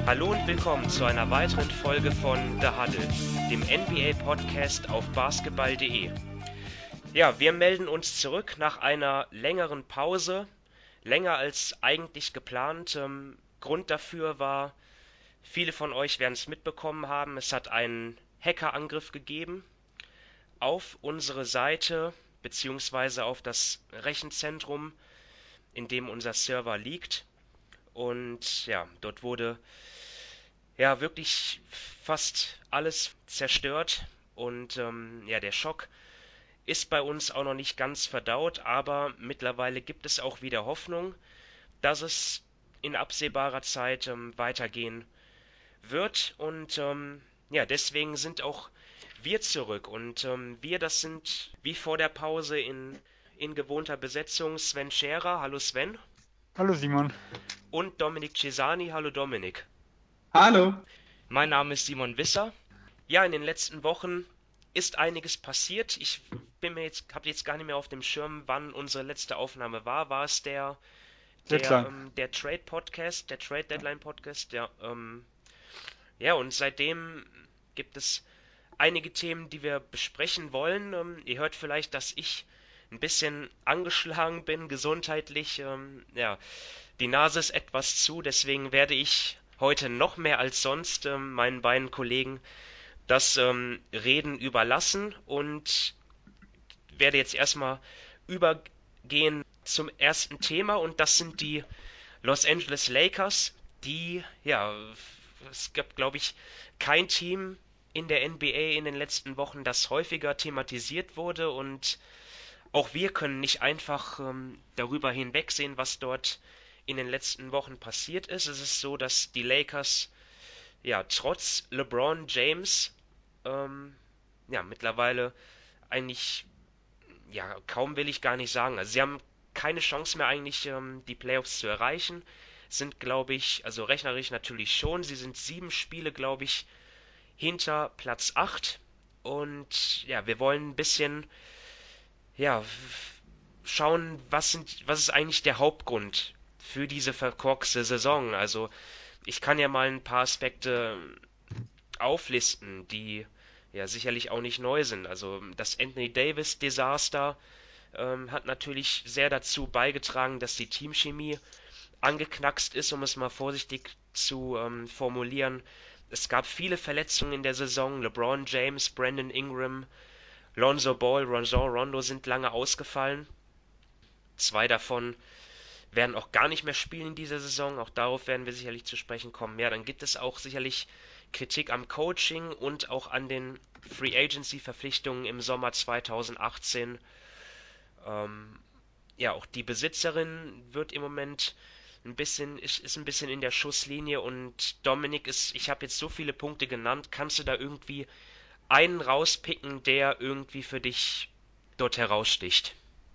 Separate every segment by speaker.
Speaker 1: Hallo und willkommen zu einer weiteren Folge von The Huddle, dem NBA-Podcast auf basketball.de. Ja, wir melden uns zurück nach einer längeren Pause, länger als eigentlich geplant. Grund dafür war, viele von euch werden es mitbekommen haben, es hat einen Hackerangriff gegeben auf unsere Seite beziehungsweise auf das Rechenzentrum, in dem unser Server liegt. Und ja, dort wurde wirklich fast alles zerstört. Und der Schock ist bei uns auch noch nicht ganz verdaut, aber mittlerweile gibt es auch wieder Hoffnung, dass es in absehbarer Zeit weitergehen wird. Und deswegen sind auch wir zurück. Und wir, das sind wie vor der Pause in gewohnter Besetzung Sven Scherer. Hallo Sven.
Speaker 2: Hallo Simon.
Speaker 1: Und Dominik Cesani. Hallo Dominik.
Speaker 3: Hallo.
Speaker 1: Mein Name ist Simon Visser. Ja, in den letzten Wochen ist einiges passiert. Ich habe jetzt gar nicht mehr auf dem Schirm, wann unsere letzte Aufnahme war. War es der Trade Podcast, der Trade Deadline Podcast? Und seitdem gibt es einige Themen, die wir besprechen wollen. Ihr hört vielleicht, dass ich ein bisschen angeschlagen bin, gesundheitlich. Die Nase ist etwas zu, deswegen werde ich heute noch mehr als sonst meinen beiden Kollegen das Reden überlassen und werde jetzt erstmal übergehen zum ersten Thema, und das sind die Los Angeles Lakers, es gab, glaube ich, kein Team in der NBA in den letzten Wochen, das häufiger thematisiert wurde, und auch wir können nicht einfach darüber hinwegsehen, was dort in den letzten Wochen passiert ist. Es ist so, dass die Lakers trotz LeBron James mittlerweile eigentlich, kaum will ich gar nicht sagen. Also sie haben keine Chance mehr eigentlich, die Playoffs zu erreichen. Sind, glaube ich, also rechnerisch natürlich schon. Sie sind 7 Spiele, glaube ich, hinter Platz 8. Und wir wollen ein bisschen schauen, was ist eigentlich der Hauptgrund für diese verkorkste Saison. Also ich kann ja mal ein paar Aspekte auflisten, die sicherlich auch nicht neu sind. Also das Anthony Davis Desaster hat natürlich sehr dazu beigetragen, dass die Teamchemie angeknackst ist, um es mal vorsichtig zu formulieren. Es gab viele Verletzungen in der Saison. LeBron James, Brandon Ingram, Lonzo Ball, Rajon Rondo sind lange ausgefallen. 2 davon werden auch gar nicht mehr spielen in dieser Saison. Auch darauf werden wir sicherlich zu sprechen kommen. Ja, dann gibt es auch sicherlich Kritik am Coaching und auch an den Free Agency Verpflichtungen im Sommer 2018. Auch die Besitzerin wird im Moment ist ein bisschen in der Schusslinie, und Dominik ich habe jetzt so viele Punkte genannt. Kannst du da irgendwie einen rauspicken, der irgendwie für dich dort heraussticht?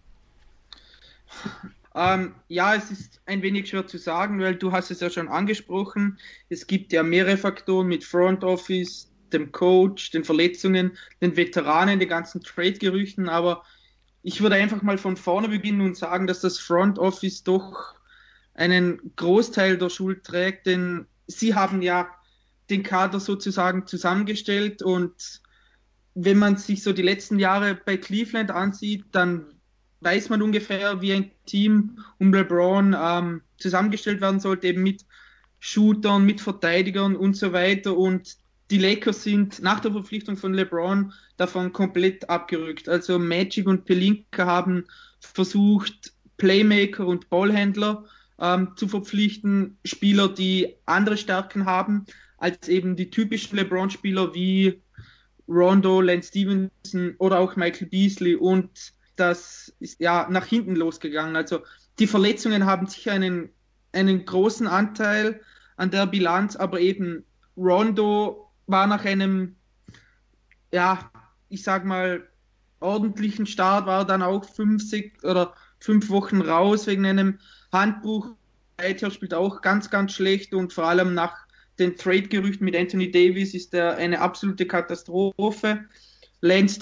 Speaker 3: Es ist ein wenig schwer zu sagen, weil du hast es ja schon angesprochen. Es gibt ja mehrere Faktoren mit Front Office, dem Coach, den Verletzungen, den Veteranen, den ganzen Trade-Gerüchten. Aber ich würde einfach mal von vorne beginnen und sagen, dass das Front Office doch einen Großteil der Schuld trägt, denn sie haben ja den Kader sozusagen zusammengestellt, und wenn man sich so die letzten Jahre bei Cleveland ansieht, dann weiß man ungefähr, wie ein Team um LeBron zusammengestellt werden sollte, eben mit Shootern, mit Verteidigern und so weiter. Und die Lakers sind nach der Verpflichtung von LeBron davon komplett abgerückt. Also Magic und Pelinka haben versucht, Playmaker und Ballhändler zu verpflichten, Spieler, die andere Stärken haben als eben die typischen LeBron-Spieler wie Rondo, Lance Stevenson oder auch Michael Beasley, und das ist nach hinten losgegangen. Also die Verletzungen haben sicher einen großen Anteil an der Bilanz, aber eben Rondo war nach einem, ich sag mal, ordentlichen Start, war dann auch 5 Wochen raus wegen einem Handbuch. Whitehair spielt auch ganz, ganz schlecht, und vor allem nach den Trade-Gerüchten mit Anthony Davis ist er eine absolute Katastrophe. Lance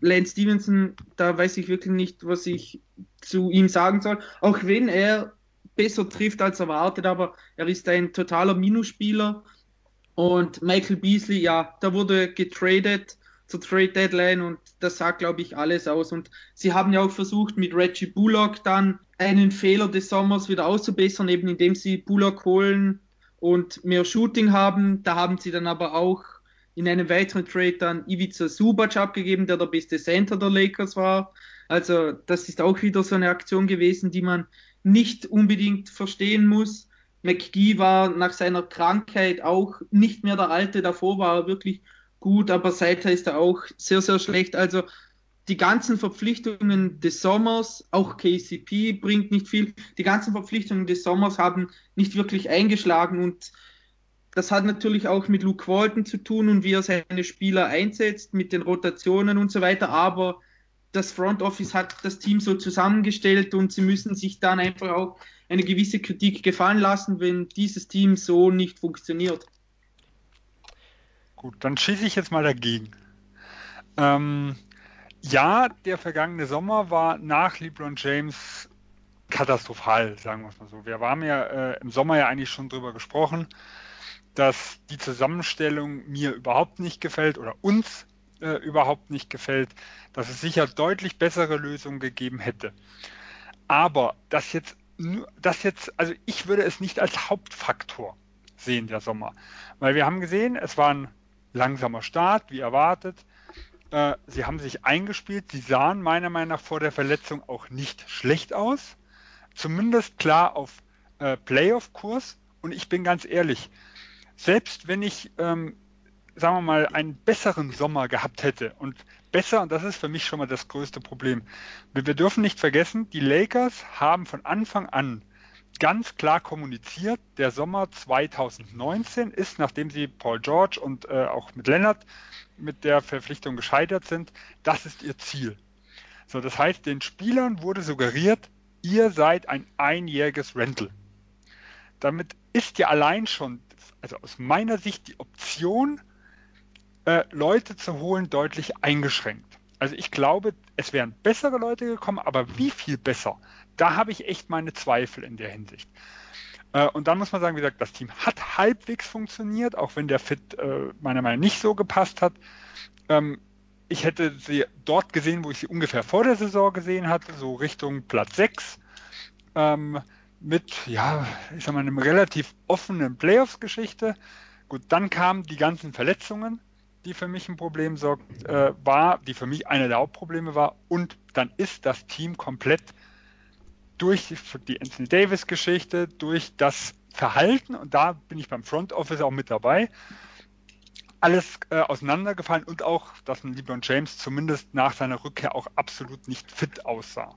Speaker 3: Stevenson, da weiß ich wirklich nicht, was ich zu ihm sagen soll. Auch wenn er besser trifft als erwartet, aber er ist ein totaler Minusspieler. Und Michael Beasley, ja, da wurde getradet zur Trade Deadline und das sagt, glaube ich, alles aus. Und sie haben ja auch versucht, mit Reggie Bullock dann einen Fehler des Sommers wieder auszubessern, eben indem sie Bullock holen und mehr Shooting haben. Da haben sie dann aber auch in einem weiteren Trade dann Ivica Zubac abgegeben, der beste Center der Lakers war. Also das ist auch wieder so eine Aktion gewesen, die man nicht unbedingt verstehen muss. McGee war nach seiner Krankheit auch nicht mehr der Alte. Davor war er wirklich gut, aber seither ist er auch sehr, sehr schlecht. Also die ganzen Verpflichtungen des Sommers, auch KCP bringt nicht viel. Die ganzen Verpflichtungen des Sommers haben nicht wirklich eingeschlagen und das hat natürlich auch mit Luke Walton zu tun und wie er seine Spieler einsetzt, mit den Rotationen und so weiter. Aber das Front Office hat das Team so zusammengestellt und sie müssen sich dann einfach auch eine gewisse Kritik gefallen lassen, wenn dieses Team so nicht funktioniert.
Speaker 2: Gut, dann schieße ich jetzt mal dagegen. Ja, der vergangene Sommer war nach LeBron James katastrophal, sagen wir es mal so. Wir haben ja im Sommer ja eigentlich schon drüber gesprochen, dass die Zusammenstellung mir überhaupt nicht gefällt oder uns überhaupt nicht gefällt, dass es sicher deutlich bessere Lösungen gegeben hätte. Aber also ich würde es nicht als Hauptfaktor sehen, der Sommer. Weil wir haben gesehen, es war ein langsamer Start, wie erwartet. Sie haben sich eingespielt, sie sahen meiner Meinung nach vor der Verletzung auch nicht schlecht aus. Zumindest klar auf Playoff-Kurs. Und ich bin ganz ehrlich, selbst wenn ich, sagen wir mal, einen besseren Sommer gehabt hätte und das ist für mich schon mal das größte Problem. Wir dürfen nicht vergessen, die Lakers haben von Anfang an ganz klar kommuniziert, der Sommer 2019 ist, nachdem sie Paul George und auch mit Leonard mit der Verpflichtung gescheitert sind, das ist ihr Ziel. So, das heißt, den Spielern wurde suggeriert, ihr seid ein einjähriges Rental. Damit ist ja allein schon, also aus meiner Sicht, die Option, Leute zu holen, deutlich eingeschränkt. Also ich glaube, es wären bessere Leute gekommen, aber wie viel besser? Da habe ich echt meine Zweifel in der Hinsicht. Und dann muss man sagen, wie gesagt, das Team hat halbwegs funktioniert, auch wenn der Fit meiner Meinung nach nicht so gepasst hat. Ich hätte sie dort gesehen, wo ich sie ungefähr vor der Saison gesehen hatte, so Richtung Platz 6, mit, ja, ich sag mal, einem relativ offenen Playoffs-Geschichte. Gut, dann kamen die ganzen Verletzungen, die für mich ein Problem die für mich einer der Hauptprobleme war. Und dann ist das Team komplett durch die Anthony Davis-Geschichte, durch das Verhalten, und da bin ich beim Front Office auch mit dabei, alles auseinandergefallen und auch, dass ein LeBron James zumindest nach seiner Rückkehr auch absolut nicht fit aussah.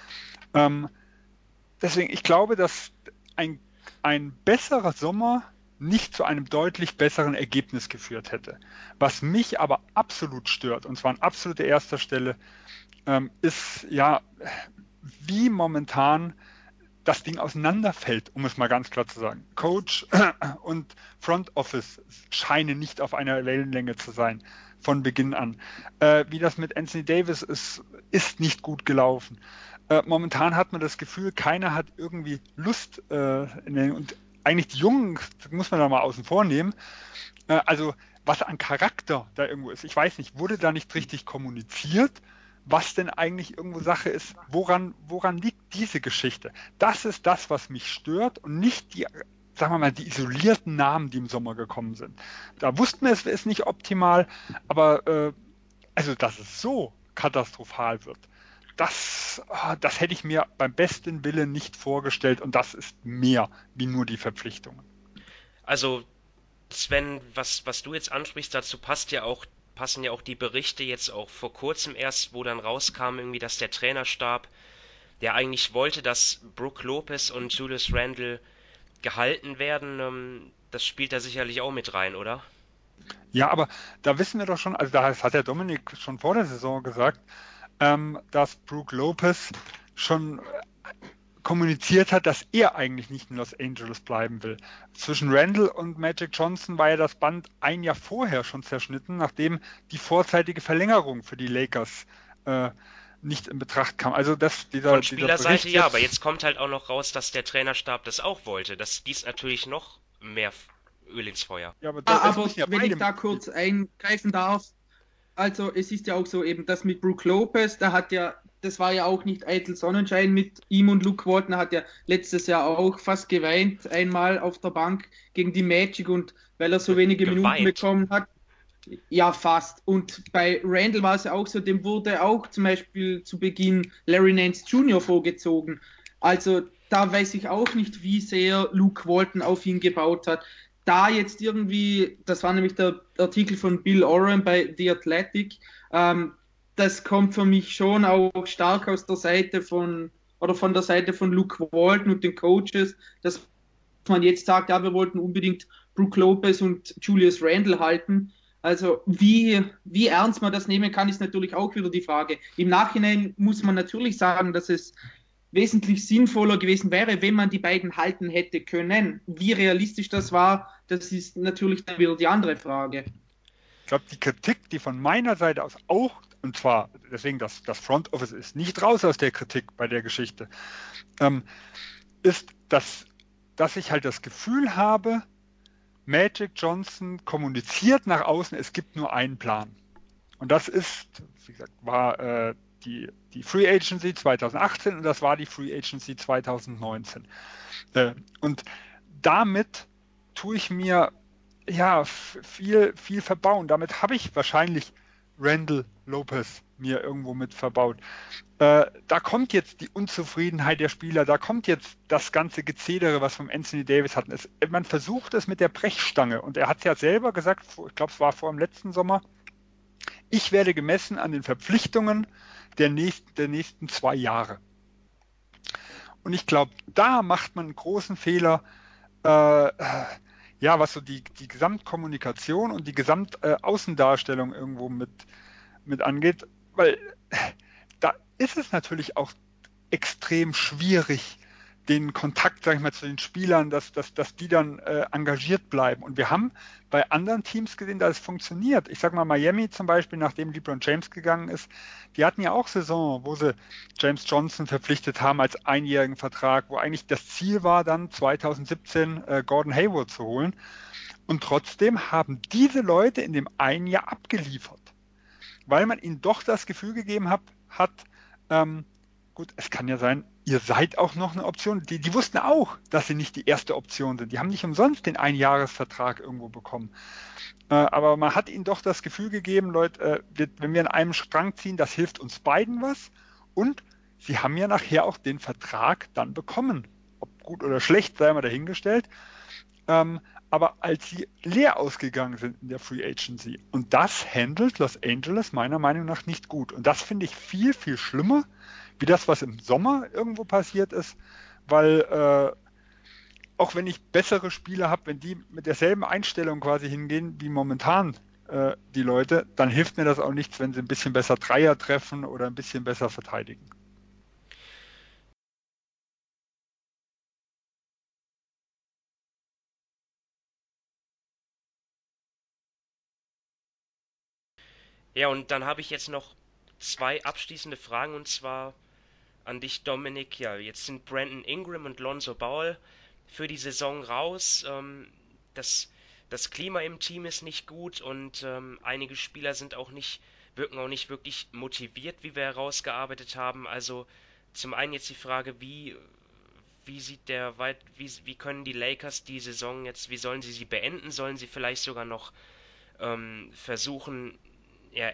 Speaker 2: Deswegen, ich glaube, dass ein besserer Sommer nicht zu einem deutlich besseren Ergebnis geführt hätte. Was mich aber absolut stört, und zwar an absoluter erster Stelle, ist ja, wie momentan das Ding auseinanderfällt, um es mal ganz klar zu sagen. Coach und Front Office scheinen nicht auf einer Wellenlänge zu sein, von Beginn an. Wie das mit Anthony Davis ist nicht gut gelaufen. Momentan hat man das Gefühl, keiner hat irgendwie Lust, und eigentlich die Jungen, muss man da mal außen vor nehmen, also was an Charakter da irgendwo ist. Ich weiß nicht, wurde da nicht richtig kommuniziert, was denn eigentlich irgendwo Sache ist, woran liegt diese Geschichte? Das ist das, was mich stört und nicht die, sagen wir mal, die isolierten Namen, die im Sommer gekommen sind. Da wussten wir, es ist nicht optimal, aber also, dass es so katastrophal wird, das hätte ich mir beim besten Willen nicht vorgestellt und das ist mehr wie nur die Verpflichtungen.
Speaker 1: Also Sven, was du jetzt ansprichst, dazu passen ja auch die Berichte jetzt auch vor kurzem erst, wo dann rauskam irgendwie, dass der Trainerstab, der eigentlich wollte, dass Brook Lopez und Julius Randle gehalten werden, das spielt da sicherlich auch mit rein, oder?
Speaker 2: Ja, aber da wissen wir doch schon, also das hat der Dominik schon vor der Saison gesagt, dass Brook Lopez schon kommuniziert hat, dass er eigentlich nicht in Los Angeles bleiben will. Zwischen Randle und Magic Johnson war ja das Band ein Jahr vorher schon zerschnitten, nachdem die vorzeitige Verlängerung für die Lakers nicht in Betracht kam. Also
Speaker 1: von Spielerseite ja, aber jetzt kommt halt auch noch raus, dass der Trainerstab das auch wollte. Das gießt natürlich noch mehr Öl ins Feuer.
Speaker 3: Ja, aber wenn ich da kurz eingreifen darf, also es ist ja auch so eben das mit Brook Lopez, das war ja auch nicht eitel Sonnenschein mit ihm und Luke Walton, hat ja letztes Jahr auch fast geweint, einmal auf der Bank gegen die Magic, und weil er so wenige Minuten bekommen hat. Ja, fast. Und bei Randall war es ja auch so, dem wurde auch zum Beispiel zu Beginn Larry Nance Jr. vorgezogen. Also da weiß ich auch nicht, wie sehr Luke Walton auf ihn gebaut hat. Da jetzt irgendwie, das war nämlich der Artikel von Bill Oren bei The Athletic, das kommt für mich schon auch stark aus der Seite von der Seite von Luke Walton und den Coaches, dass man jetzt sagt, ja, wir wollten unbedingt Brook Lopez und Julius Randle halten. Also wie ernst man das nehmen kann, ist natürlich auch wieder die Frage. Im Nachhinein muss man natürlich sagen, dass es wesentlich sinnvoller gewesen wäre, wenn man die beiden halten hätte können. Wie realistisch das war, das ist natürlich dann wieder die andere Frage.
Speaker 2: Ich glaube, die Kritik, die von meiner Seite aus auch, und zwar deswegen, das Front Office ist nicht raus aus der Kritik bei der Geschichte, ist, dass ich halt das Gefühl habe, Magic Johnson kommuniziert nach außen, es gibt nur einen Plan. Und das ist, wie gesagt, war die Free Agency 2018 und das war die Free Agency 2019. Und damit tue ich mir ja viel verbauen. Damit habe ich wahrscheinlich Randall Lopez mir irgendwo mit verbaut. Da kommt jetzt die Unzufriedenheit der Spieler, da kommt jetzt das ganze Gezedere, was vom Anthony Davis hatten. Man versucht es mit der Brechstange und er hat ja selber gesagt, ich glaube es war vor dem letzten Sommer, ich werde gemessen an den Verpflichtungen der nächsten 2 Jahre. Und ich glaube, da macht man einen großen Fehler, was so die Gesamtkommunikation und die Gesamtaußendarstellung irgendwo mit angeht, weil da ist es natürlich auch extrem schwierig, den Kontakt, sag ich mal, zu den Spielern, dass die dann engagiert bleiben. Und wir haben bei anderen Teams gesehen, dass es funktioniert. Ich sag mal, Miami zum Beispiel, nachdem LeBron James gegangen ist, die hatten ja auch Saison, wo sie James Johnson verpflichtet haben als einjährigen Vertrag, wo eigentlich das Ziel war, dann 2017 Gordon Hayward zu holen. Und trotzdem haben diese Leute in dem einen Jahr abgeliefert, weil man ihnen doch das Gefühl gegeben hat, gut, es kann ja sein, ihr seid auch noch eine Option. Die wussten auch, dass sie nicht die erste Option sind. Die haben nicht umsonst den Einjahresvertrag irgendwo bekommen. Aber man hat ihnen doch das Gefühl gegeben, Leute, wenn wir in einem Strang ziehen, das hilft uns beiden was. Und sie haben ja nachher auch den Vertrag dann bekommen. Ob gut oder schlecht, sei mal dahingestellt. Aber als sie leer ausgegangen sind in der Free Agency, und das handelt Los Angeles meiner Meinung nach nicht gut. Und das finde ich viel, viel schlimmer, wie das, was im Sommer irgendwo passiert ist, weil auch wenn ich bessere Spieler habe, wenn die mit derselben Einstellung quasi hingehen wie momentan die Leute, dann hilft mir das auch nichts, wenn sie ein bisschen besser Dreier treffen oder ein bisschen besser verteidigen.
Speaker 1: Ja, und dann habe ich jetzt noch 2 abschließende Fragen, und zwar an dich, Dominik. Ja, jetzt sind Brandon Ingram und Lonzo Ball für die Saison raus. Das Klima im Team ist nicht gut und einige Spieler wirken auch nicht wirklich motiviert, wie wir herausgearbeitet haben. Also zum einen jetzt die Frage, wie können die Lakers die Saison jetzt, wie sollen sie beenden? Sollen sie vielleicht sogar noch versuchen, ja,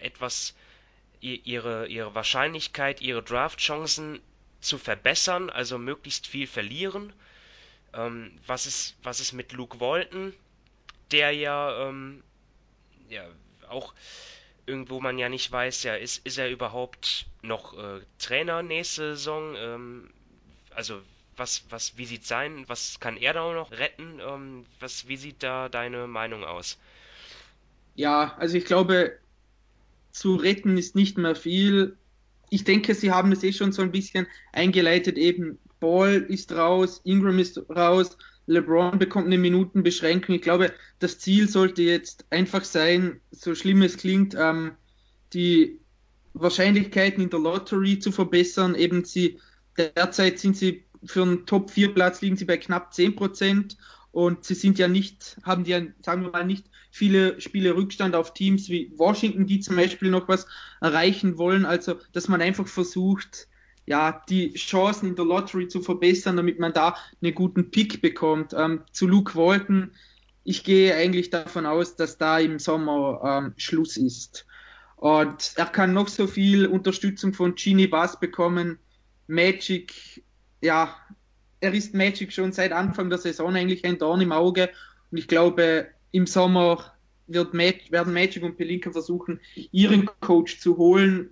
Speaker 1: ihre Wahrscheinlichkeit, ihre Draftchancen zu verbessern, also möglichst viel verlieren? Was ist mit Luke Walton, der ja auch irgendwo man ja nicht weiß, ja, ist er überhaupt noch Trainer nächste Saison? Also wie sieht was kann er da auch noch retten? Wie sieht da deine Meinung aus?
Speaker 3: Ja, also ich glaube, zu retten ist nicht mehr viel. Ich denke, sie haben es schon so ein bisschen eingeleitet, eben Ball ist raus, Ingram ist raus, LeBron bekommt eine Minutenbeschränkung. Ich glaube, das Ziel sollte jetzt einfach sein, so schlimm es klingt, die Wahrscheinlichkeiten in der Lottery zu verbessern. Derzeit sind sie für einen Top-4-Platz liegen sie bei knapp 10% und sie sind ja nicht, haben ja, sagen wir mal, nicht viele Spiele Rückstand auf Teams wie Washington, die zum Beispiel noch was erreichen wollen. Also, dass man einfach versucht, ja, die Chancen in der Lottery zu verbessern, damit man da einen guten Pick bekommt. Zu Luke Walton, ich gehe eigentlich davon aus, dass da im Sommer Schluss ist. Und er kann noch so viel Unterstützung von Jeanie Buss bekommen. Magic, ja, er ist Magic schon seit Anfang der Saison eigentlich ein Dorn im Auge. Und ich glaube, im Sommer werden Magic und Pelinka versuchen, ihren Coach zu holen,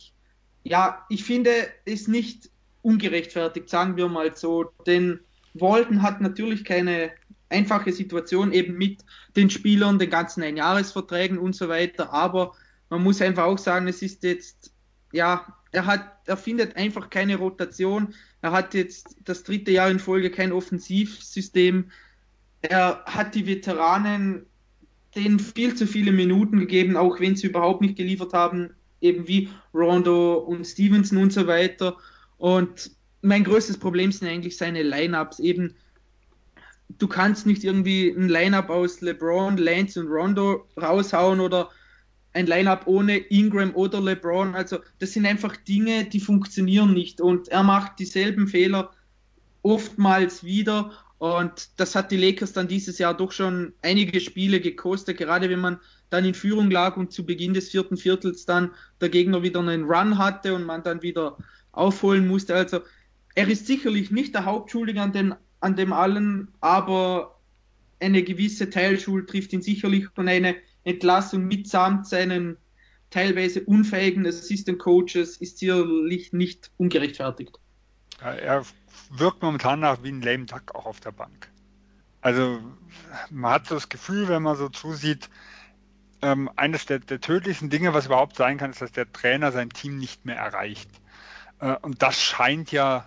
Speaker 3: ich finde, ist nicht ungerechtfertigt, sagen wir mal so. Denn Walton hat natürlich keine einfache Situation eben mit den Spielern, den ganzen Einjahresverträgen und so weiter. Aber man muss einfach auch sagen, es ist jetzt, ja, er findet einfach keine Rotation. Er hat jetzt das 3. Jahr in Folge kein Offensivsystem. Er hat die Veteranen denen viel zu viele Minuten gegeben, auch wenn sie überhaupt nicht geliefert haben, eben wie Rondo und Stevenson und so weiter. Und mein größtes Problem sind eigentlich seine Lineups. Eben, du kannst nicht irgendwie ein Lineup aus LeBron, Lance und Rondo raushauen oder ein Lineup ohne Ingram oder LeBron. Also das sind einfach Dinge, die funktionieren nicht. Und er macht dieselben Fehler oftmals wieder. Und das hat die Lakers dann dieses Jahr doch schon einige Spiele gekostet, gerade wenn man dann in Führung lag und zu Beginn des 4. Viertels dann der Gegner wieder einen Run hatte und man dann wieder aufholen musste. Also er ist sicherlich nicht der Hauptschuldige an dem allen, aber eine gewisse Teilschuld trifft ihn sicherlich und eine Entlassung mitsamt seinen teilweise unfähigen Assistant Coaches ist sicherlich nicht ungerechtfertigt.
Speaker 2: Ja, er wirkt momentan nach wie ein lame duck auch auf der Bank. Also man hat so das Gefühl, wenn man so zusieht, eines der tödlichsten Dinge, was überhaupt sein kann, ist, dass der Trainer sein Team nicht mehr erreicht. Und das scheint ja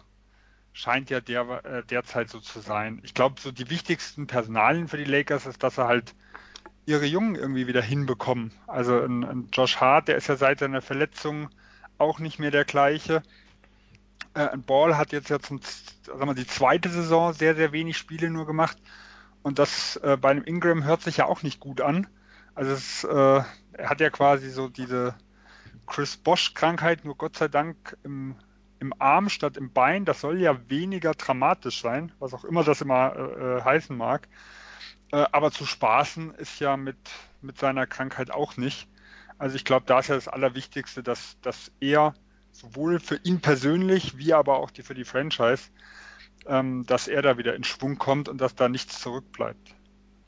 Speaker 2: derzeit so zu sein. Ich glaube, so die wichtigsten Personalien für die Lakers ist, dass sie halt ihre Jungen irgendwie wieder hinbekommen. Also ein Josh Hart, der ist ja seit seiner Verletzung auch nicht mehr der gleiche. Ein Ball hat jetzt die 2. Saison sehr, sehr wenig Spiele nur gemacht. Und das bei einem Ingram hört sich ja auch nicht gut an. Also er hat ja quasi so diese Chris Bosh-Krankheit, nur Gott sei Dank im Arm statt im Bein. Das soll ja weniger dramatisch sein, was auch immer das immer heißen mag. Aber zu spaßen ist ja mit seiner Krankheit auch nicht. Also ich glaube, da ist ja das Allerwichtigste, dass er sowohl für ihn persönlich, wie aber auch für die Franchise, dass er da wieder in Schwung kommt und dass da nichts zurückbleibt.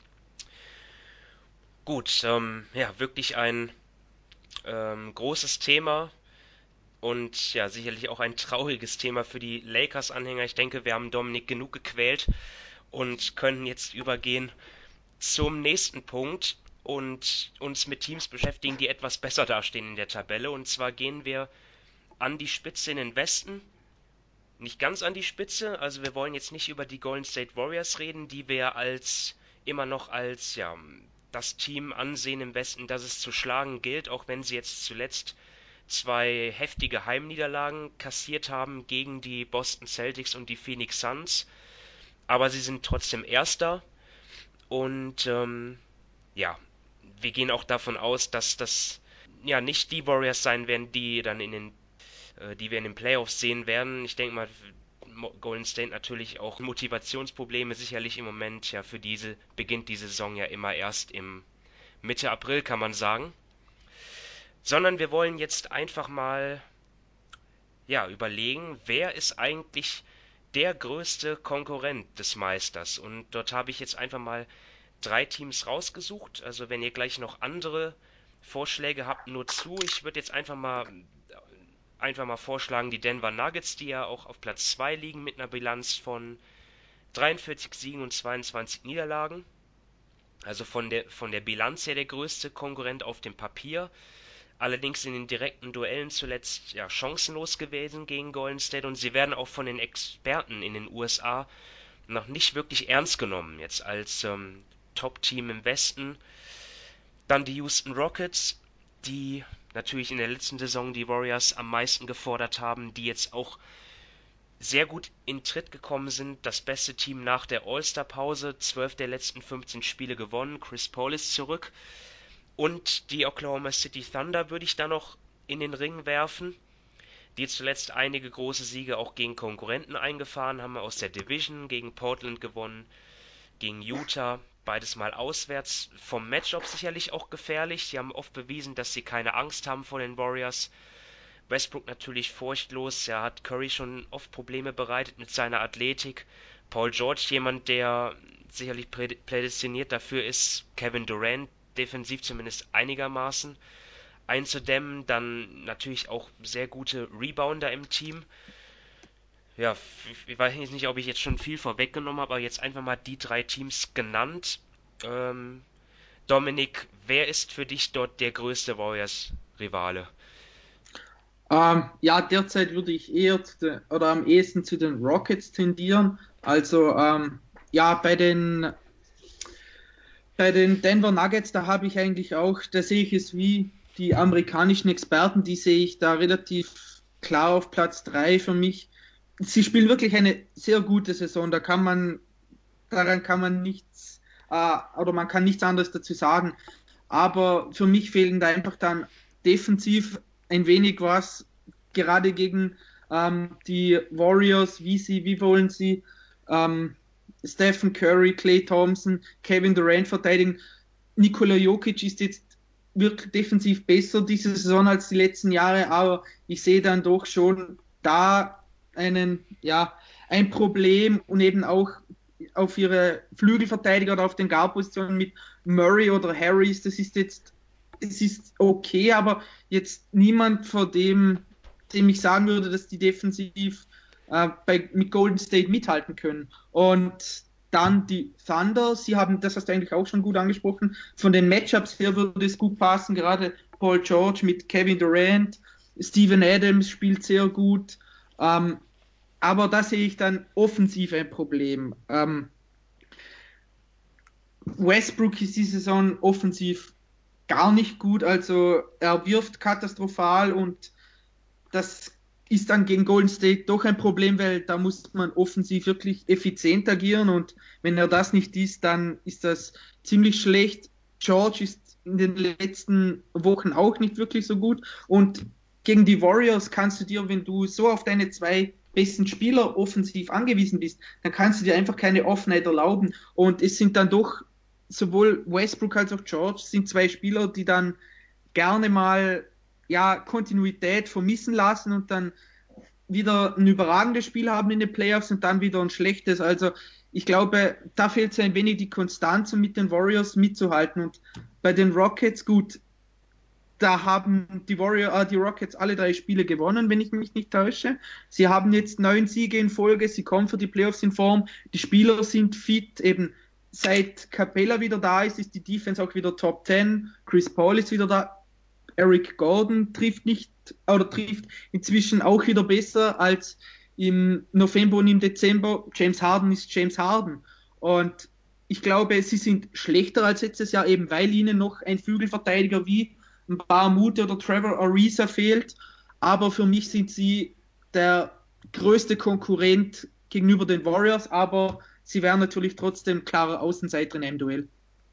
Speaker 1: Gut, ja, wirklich ein großes Thema und ja, sicherlich auch ein trauriges Thema für die Lakers-Anhänger. Ich denke, wir haben Dominik genug gequält und können jetzt übergehen zum nächsten Punkt und uns mit Teams beschäftigen, die etwas besser dastehen in der Tabelle. Und zwar gehen wir an die Spitze in den Westen. Nicht ganz an die Spitze, also wir wollen jetzt nicht über die Golden State Warriors reden, die wir immer noch als ja, das Team ansehen im Westen, das es zu schlagen gilt, auch wenn sie jetzt zuletzt 2 heftige Heimniederlagen kassiert haben gegen die Boston Celtics und die Phoenix Suns. Aber sie sind trotzdem Erster. Und ja, wir gehen auch davon aus, dass das ja nicht die Warriors sein werden, die dann die wir in den Playoffs sehen werden. Ich denke mal, Golden State natürlich auch Motivationsprobleme sicherlich im Moment. Ja, für diese beginnt die Saison ja immer erst im Mitte April, kann man sagen. Sondern wir wollen jetzt einfach mal ja überlegen, wer ist eigentlich der größte Konkurrent des Meisters. Und dort habe ich jetzt einfach mal 3 Teams rausgesucht. Also wenn ihr gleich noch andere Vorschläge habt, nur zu. Ich würde jetzt einfach mal vorschlagen, die Denver Nuggets, die ja auch auf Platz 2 liegen mit einer Bilanz von 43 Siegen und 22 Niederlagen. Also von der Bilanz her der größte Konkurrent auf dem Papier. Allerdings in den direkten Duellen zuletzt ja chancenlos gewesen gegen Golden State und sie werden auch von den Experten in den USA noch nicht wirklich ernst genommen, jetzt als Top-Team im Westen. Dann die Houston Rockets, die natürlich in der letzten Saison die Warriors am meisten gefordert haben, die jetzt auch sehr gut in Tritt gekommen sind. Das beste Team nach der All-Star-Pause, 12 der letzten 15 Spiele gewonnen, Chris Paul ist zurück. Und die Oklahoma City Thunder würde ich da noch in den Ring werfen, die zuletzt einige große Siege auch gegen Konkurrenten eingefahren haben, aus der Division, gegen Portland gewonnen, gegen Utah, beides mal auswärts, vom Matchup sicherlich auch gefährlich. Die haben oft bewiesen, dass sie keine Angst haben vor den Warriors. Westbrook natürlich furchtlos, er hat Curry schon oft Probleme bereitet mit seiner Athletik. Paul George, jemand, der sicherlich prädestiniert dafür ist, Kevin Durant defensiv zumindest einigermaßen einzudämmen. Dann natürlich auch sehr gute Rebounder im Team. Ja, ich weiß nicht, ob ich jetzt schon viel vorweggenommen habe, aber jetzt einfach mal die 3 Teams genannt. Dominik, wer ist für dich dort der größte Warriors-Rivale?
Speaker 3: Ja, derzeit würde ich eher am ehesten zu den Rockets tendieren. Also ja, bei den Denver Nuggets, da habe ich eigentlich auch, da sehe ich es wie die amerikanischen Experten, die sehe ich da relativ klar auf Platz 3 für mich. Sie spielen wirklich eine sehr gute Saison, daran kann man nichts, oder man kann nichts anderes dazu sagen. Aber für mich fehlen da einfach dann defensiv ein wenig was, gerade gegen die Warriors, wie wollen sie Stephen Curry, Klay Thompson, Kevin Durant verteidigen. Nikola Jokic ist jetzt wirklich defensiv besser diese Saison als die letzten Jahre, aber ich sehe dann doch schon da ein Problem und eben auch auf ihre Flügelverteidiger oder auf den Guard-Positionen mit Murray oder Harris, es ist okay, aber jetzt niemand, vor dem ich sagen würde, dass die defensiv mit Golden State mithalten können. Und dann die Thunder, das hast du eigentlich auch schon gut angesprochen, von den Matchups her würde es gut passen, gerade Paul George mit Kevin Durant, Steven Adams spielt sehr gut, aber da sehe ich dann offensiv ein Problem. Westbrook ist diese Saison offensiv gar nicht gut, also er wirft katastrophal und das ist dann gegen Golden State doch ein Problem, weil da muss man offensiv wirklich effizient agieren und wenn er das nicht ist, dann ist das ziemlich schlecht. George ist in den letzten Wochen auch nicht wirklich so gut und gegen die Warriors kannst du dir, wenn du so auf deine 2 besten Spieler offensiv angewiesen bist, dann kannst du dir einfach keine Offenheit erlauben und es sind dann doch sowohl Westbrook als auch George sind 2 Spieler, die dann gerne mal Kontinuität vermissen lassen und dann wieder ein überragendes Spiel haben in den Playoffs und dann wieder ein schlechtes. Also ich glaube, da fehlt so ein wenig die Konstanz, um mit den Warriors mitzuhalten. Und bei den Rockets, gut, da haben die Rockets alle 3 Spiele gewonnen, wenn ich mich nicht täusche. Sie haben jetzt 9 Siege in Folge, sie kommen für die Playoffs in Form. Die Spieler sind fit, eben seit Capella wieder da ist die Defense auch wieder Top 10. Chris Paul ist wieder da. Eric Gordon trifft inzwischen auch wieder besser als im November und im Dezember. James Harden ist James Harden. Und ich glaube, sie sind schlechter als letztes Jahr, eben weil ihnen noch ein Flügelverteidiger wie ein Bahamute oder Trevor Ariza fehlt. Aber für mich sind sie der größte Konkurrent gegenüber den Warriors, aber sie wären natürlich trotzdem klarer Außenseiter in einem Duell.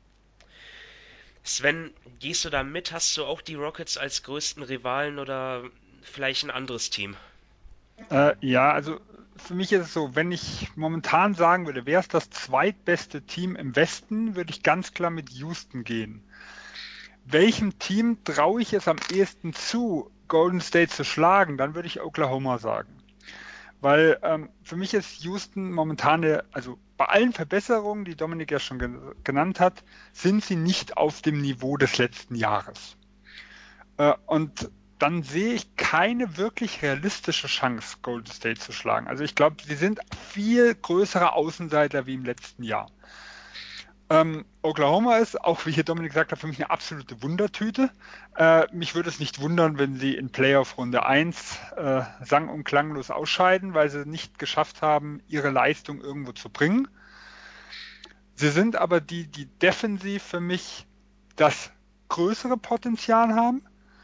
Speaker 1: Sven, gehst du da mit? Hast du auch die Rockets als größten Rivalen oder vielleicht ein anderes Team?
Speaker 2: Ja, also für mich ist es so, wenn ich momentan sagen würde, wer ist das zweitbeste Team im Westen, würde ich ganz klar mit Houston gehen. Welchem Team traue ich es am ehesten zu, Golden State zu schlagen? Dann würde ich Oklahoma sagen. Weil für mich ist Houston momentan, also bei allen Verbesserungen, die Dominik ja schon genannt hat, sind sie nicht auf dem Niveau des letzten Jahres. Und dann sehe ich keine wirklich realistische Chance, Golden State zu schlagen. Also ich glaube, sie sind viel größere Außenseiter wie im letzten Jahr. Oklahoma ist, auch wie hier Dominik gesagt hat, für mich eine absolute Wundertüte. Mich würde es nicht wundern, wenn sie in Playoff Runde 1 sang- und klanglos ausscheiden, weil sie nicht geschafft haben, ihre Leistung irgendwo zu bringen. Sie sind aber die defensiv für mich das größere Potenzial haben.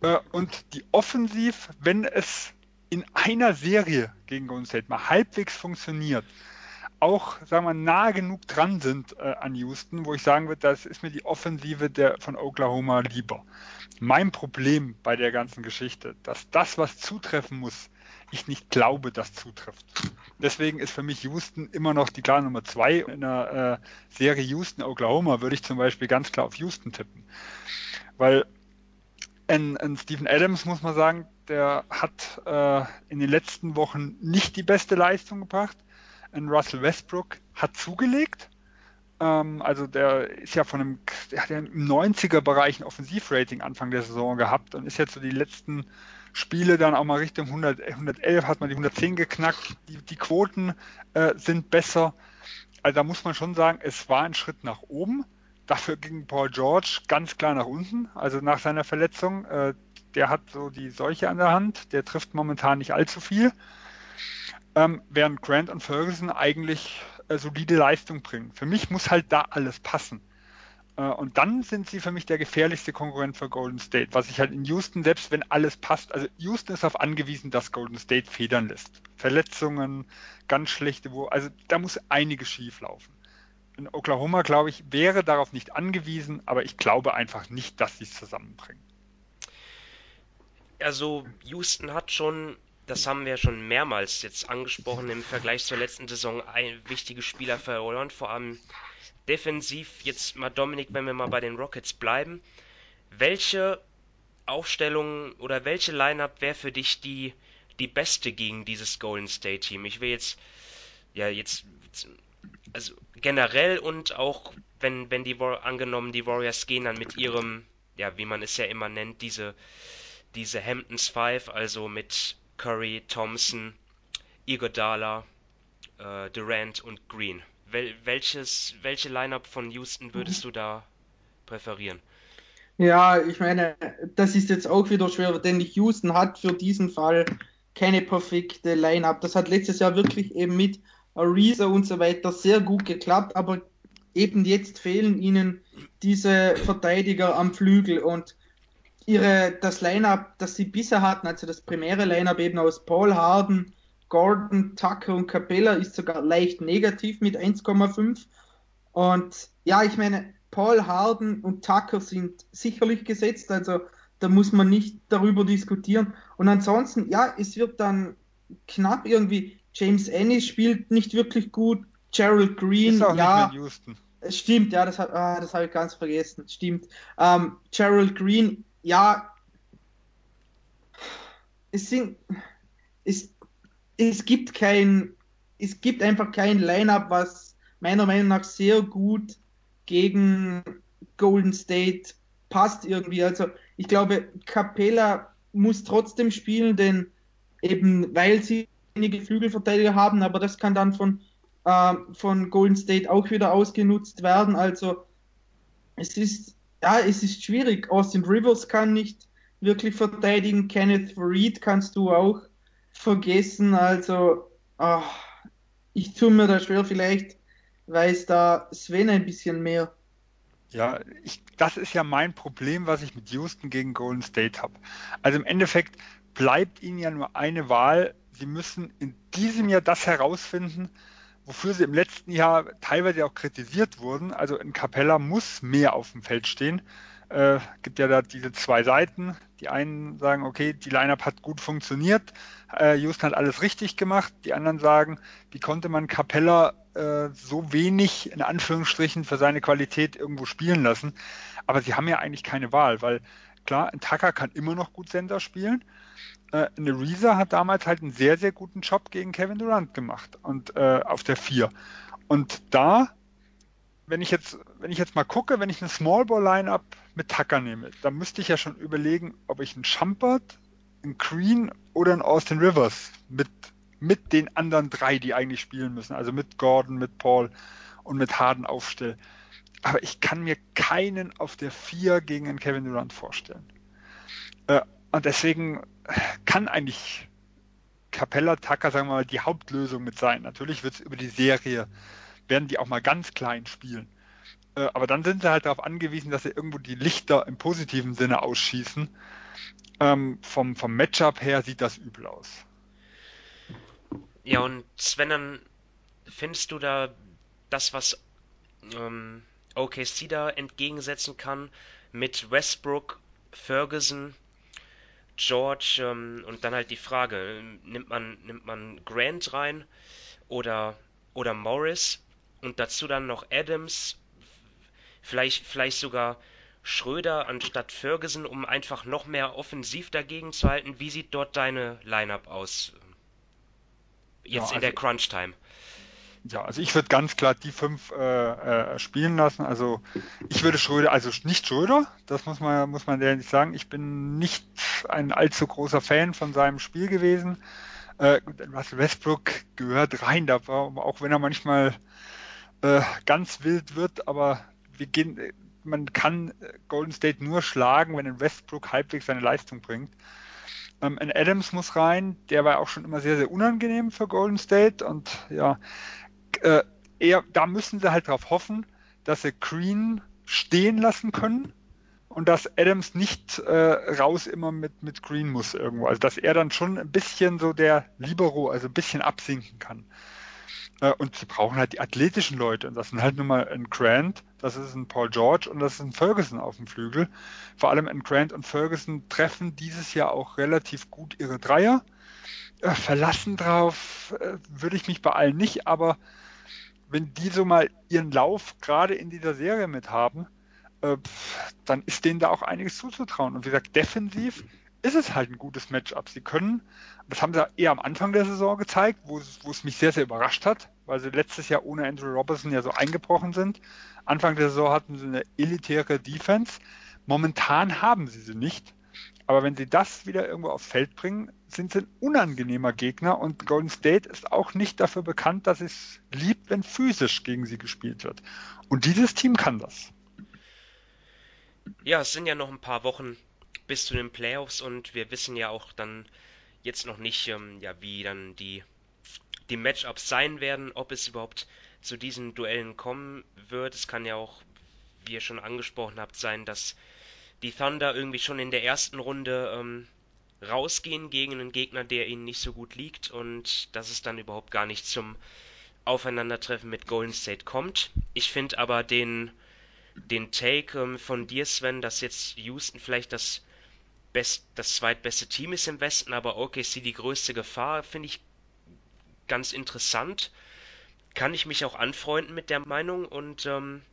Speaker 2: Und die Offensiv, wenn es in einer Serie gegen Golden State mal halbwegs funktioniert, auch, sagen wir, nahe genug dran sind an Houston, wo ich sagen würde, das ist mir die Offensive von Oklahoma lieber. Mein Problem bei der ganzen Geschichte, dass das, was zutreffen muss, ich nicht glaube, das zutrifft. Deswegen ist für mich Houston immer noch die klare Nummer 2. In der Serie Houston-Oklahoma würde ich zum Beispiel ganz klar auf Houston tippen. Weil ein Steven Adams, muss man sagen, der hat in den letzten Wochen nicht die beste Leistung gebracht. Ein Russell Westbrook hat zugelegt. Also der ist ja der hat ja im 90er-Bereich ein Offensivrating Anfang der Saison gehabt und ist jetzt so die letzten Spiele dann auch mal Richtung 111, hat man die 110 geknackt. Die Quoten sind besser. Also da muss man schon sagen, es war ein Schritt nach oben. Dafür ging Paul George ganz klar nach unten, also nach seiner Verletzung. Der hat so die Seuche an der Hand, der trifft momentan nicht allzu viel. Während Grant und Ferguson eigentlich solide Leistung bringen. Für mich muss halt da alles passen. Und dann sind sie für mich der gefährlichste Konkurrent für Golden State, was ich halt in Houston, selbst wenn alles passt, also Houston ist darauf angewiesen, dass Golden State federn lässt. Verletzungen, ganz schlechte, also da muss einiges schief laufen. In Oklahoma, glaube ich, wäre darauf nicht angewiesen, aber ich glaube einfach nicht, dass sie es zusammenbringen.
Speaker 1: Also Houston hat schon, das haben wir schon mehrmals jetzt angesprochen, im Vergleich zur letzten Saison wichtige Spieler verloren, vor allem defensiv. Jetzt mal Dominik, wenn wir mal bei den Rockets bleiben, welche Aufstellung oder welche Lineup wäre für dich die beste gegen dieses Golden State Team? Ich will jetzt also generell und auch wenn angenommen die Warriors gehen dann mit ihrem, ja, wie man es ja immer nennt, diese Hamptons Five, also mit Curry, Thompson, Iguodala, Durant und Green. Welche Lineup von Houston würdest du da präferieren?
Speaker 3: Ja, ich meine, das ist jetzt auch wieder schwer, denn Houston hat für diesen Fall keine perfekte Lineup. Das hat letztes Jahr wirklich eben mit Ariza und so weiter sehr gut geklappt, aber eben jetzt fehlen ihnen diese Verteidiger am Flügel und das Lineup, das sie bisher hatten, also das primäre Lineup eben aus Paul Harden, Gordon, Tucker und Capella, ist sogar leicht negativ mit 1,5. Und ja, ich meine, Paul Harden und Tucker sind sicherlich gesetzt, also da muss man nicht darüber diskutieren. Und ansonsten, ja, es wird dann knapp irgendwie. James Ennis spielt nicht wirklich gut. Gerald Green,
Speaker 2: ist auch
Speaker 3: ja.
Speaker 2: Nicht mehr in Houston.
Speaker 3: Stimmt, ja, das habe ich ganz vergessen. Stimmt. Gerald Green, ja, es gibt einfach kein Lineup, was meiner Meinung nach sehr gut gegen Golden State passt irgendwie. Also ich glaube, Capella muss trotzdem spielen, denn eben weil sie einige Flügelverteidiger haben, aber das kann dann von Golden State auch wieder ausgenutzt werden. Also es ist schwierig. Austin Rivers kann nicht wirklich verteidigen. Kenneth Faried kannst du auch vergessen. Also ich tue mir da schwer, vielleicht weiß da Sven ein bisschen mehr.
Speaker 2: Ja, das ist ja mein Problem, was ich mit Houston gegen Golden State habe. Also im Endeffekt bleibt ihnen ja nur eine Wahl. Sie müssen in diesem Jahr das herausfinden, wofür sie im letzten Jahr teilweise auch kritisiert wurden. Also in Capella muss mehr auf dem Feld stehen. Gibt ja da diese zwei Seiten. Die einen sagen, okay, die Lineup hat gut funktioniert, Houston hat alles richtig gemacht. Die anderen sagen, wie konnte man Capella so wenig in Anführungsstrichen für seine Qualität irgendwo spielen lassen. Aber sie haben ja eigentlich keine Wahl, weil klar, ein Tucker kann immer noch gut Center spielen. Eine Ariza hat damals halt einen sehr, sehr guten Job gegen Kevin Durant gemacht und auf der 4. Und da, wenn ich jetzt mal gucke, wenn ich eine Small Ball Lineup mit Tucker nehme, dann müsste ich ja schon überlegen, ob ich einen Shumpert, einen Green oder einen Austin Rivers mit den anderen 3, die eigentlich spielen müssen, also mit Gordon, mit Paul und mit Harden aufstelle. Aber ich kann mir keinen auf der 4 gegen einen Kevin Durant vorstellen. Und deswegen kann eigentlich Capella, Tucker, sagen wir mal, die Hauptlösung mit sein. Natürlich wird es über die Serie, werden die auch mal ganz klein spielen. Aber dann sind sie halt darauf angewiesen, dass sie irgendwo die Lichter im positiven Sinne ausschießen. Vom Matchup her sieht das übel aus.
Speaker 1: Ja, und Sven, dann findest du da das, was OKC da entgegensetzen kann, mit Westbrook, Ferguson, George, und dann halt die Frage, nimmt man Grant rein oder Morris und dazu dann noch Adams, vielleicht sogar Schröder anstatt Ferguson, um einfach noch mehr offensiv dagegen zu halten. Wie sieht dort deine Lineup aus? Jetzt in der Crunch-Time.
Speaker 2: Ja, also ich würde ganz klar die 5 spielen lassen. Also ich würde Schröder, also nicht Schröder, das muss man ehrlich sagen. Ich bin nicht ein allzu großer Fan von seinem Spiel gewesen. Russell Westbrook gehört rein, auch wenn er manchmal ganz wild wird, aber man kann Golden State nur schlagen, wenn ein Westbrook halbwegs seine Leistung bringt. Ein Adams muss rein, der war auch schon immer sehr, sehr unangenehm für Golden State und ja, da müssen sie halt darauf hoffen, dass sie Green stehen lassen können und dass Adams nicht raus immer mit Green muss irgendwo. Also dass er dann schon ein bisschen so der Libero, also ein bisschen absinken kann. Und sie brauchen halt die athletischen Leute. Und das sind halt nun mal ein Grant, das ist ein Paul George und das ist ein Ferguson auf dem Flügel. Vor allem ein Grant und Ferguson treffen dieses Jahr auch relativ gut ihre Dreier. Verlassen drauf würde ich mich bei allen nicht, aber wenn die so mal ihren Lauf gerade in dieser Serie mit haben, dann ist denen da auch einiges zuzutrauen. Und wie gesagt, defensiv ist es halt ein gutes Matchup. Sie können, das haben sie eher am Anfang der Saison gezeigt, wo es mich sehr, sehr überrascht hat, weil sie letztes Jahr ohne Andrew Robertson ja so eingebrochen sind. Anfang der Saison hatten sie eine elitäre Defense. Momentan haben sie nicht. Aber wenn sie das wieder irgendwo aufs Feld bringen, sind sie ein unangenehmer Gegner und Golden State ist auch nicht dafür bekannt, dass es liebt, wenn physisch gegen sie gespielt wird. Und dieses Team kann das.
Speaker 1: Ja, es sind ja noch ein paar Wochen bis zu den Playoffs und wir wissen ja auch dann jetzt noch nicht, wie dann die Matchups sein werden, ob es überhaupt zu diesen Duellen kommen wird. Es kann ja auch, wie ihr schon angesprochen habt, sein, dass die Thunder irgendwie schon in der ersten Runde rausgehen gegen einen Gegner, der ihnen nicht so gut liegt und dass es dann überhaupt gar nicht zum Aufeinandertreffen mit Golden State kommt. Ich finde aber den Take von dir, Sven, dass jetzt Houston vielleicht das zweitbeste Team ist im Westen, aber OKC die größte Gefahr, finde ich ganz interessant. Kann ich mich auch anfreunden mit der Meinung und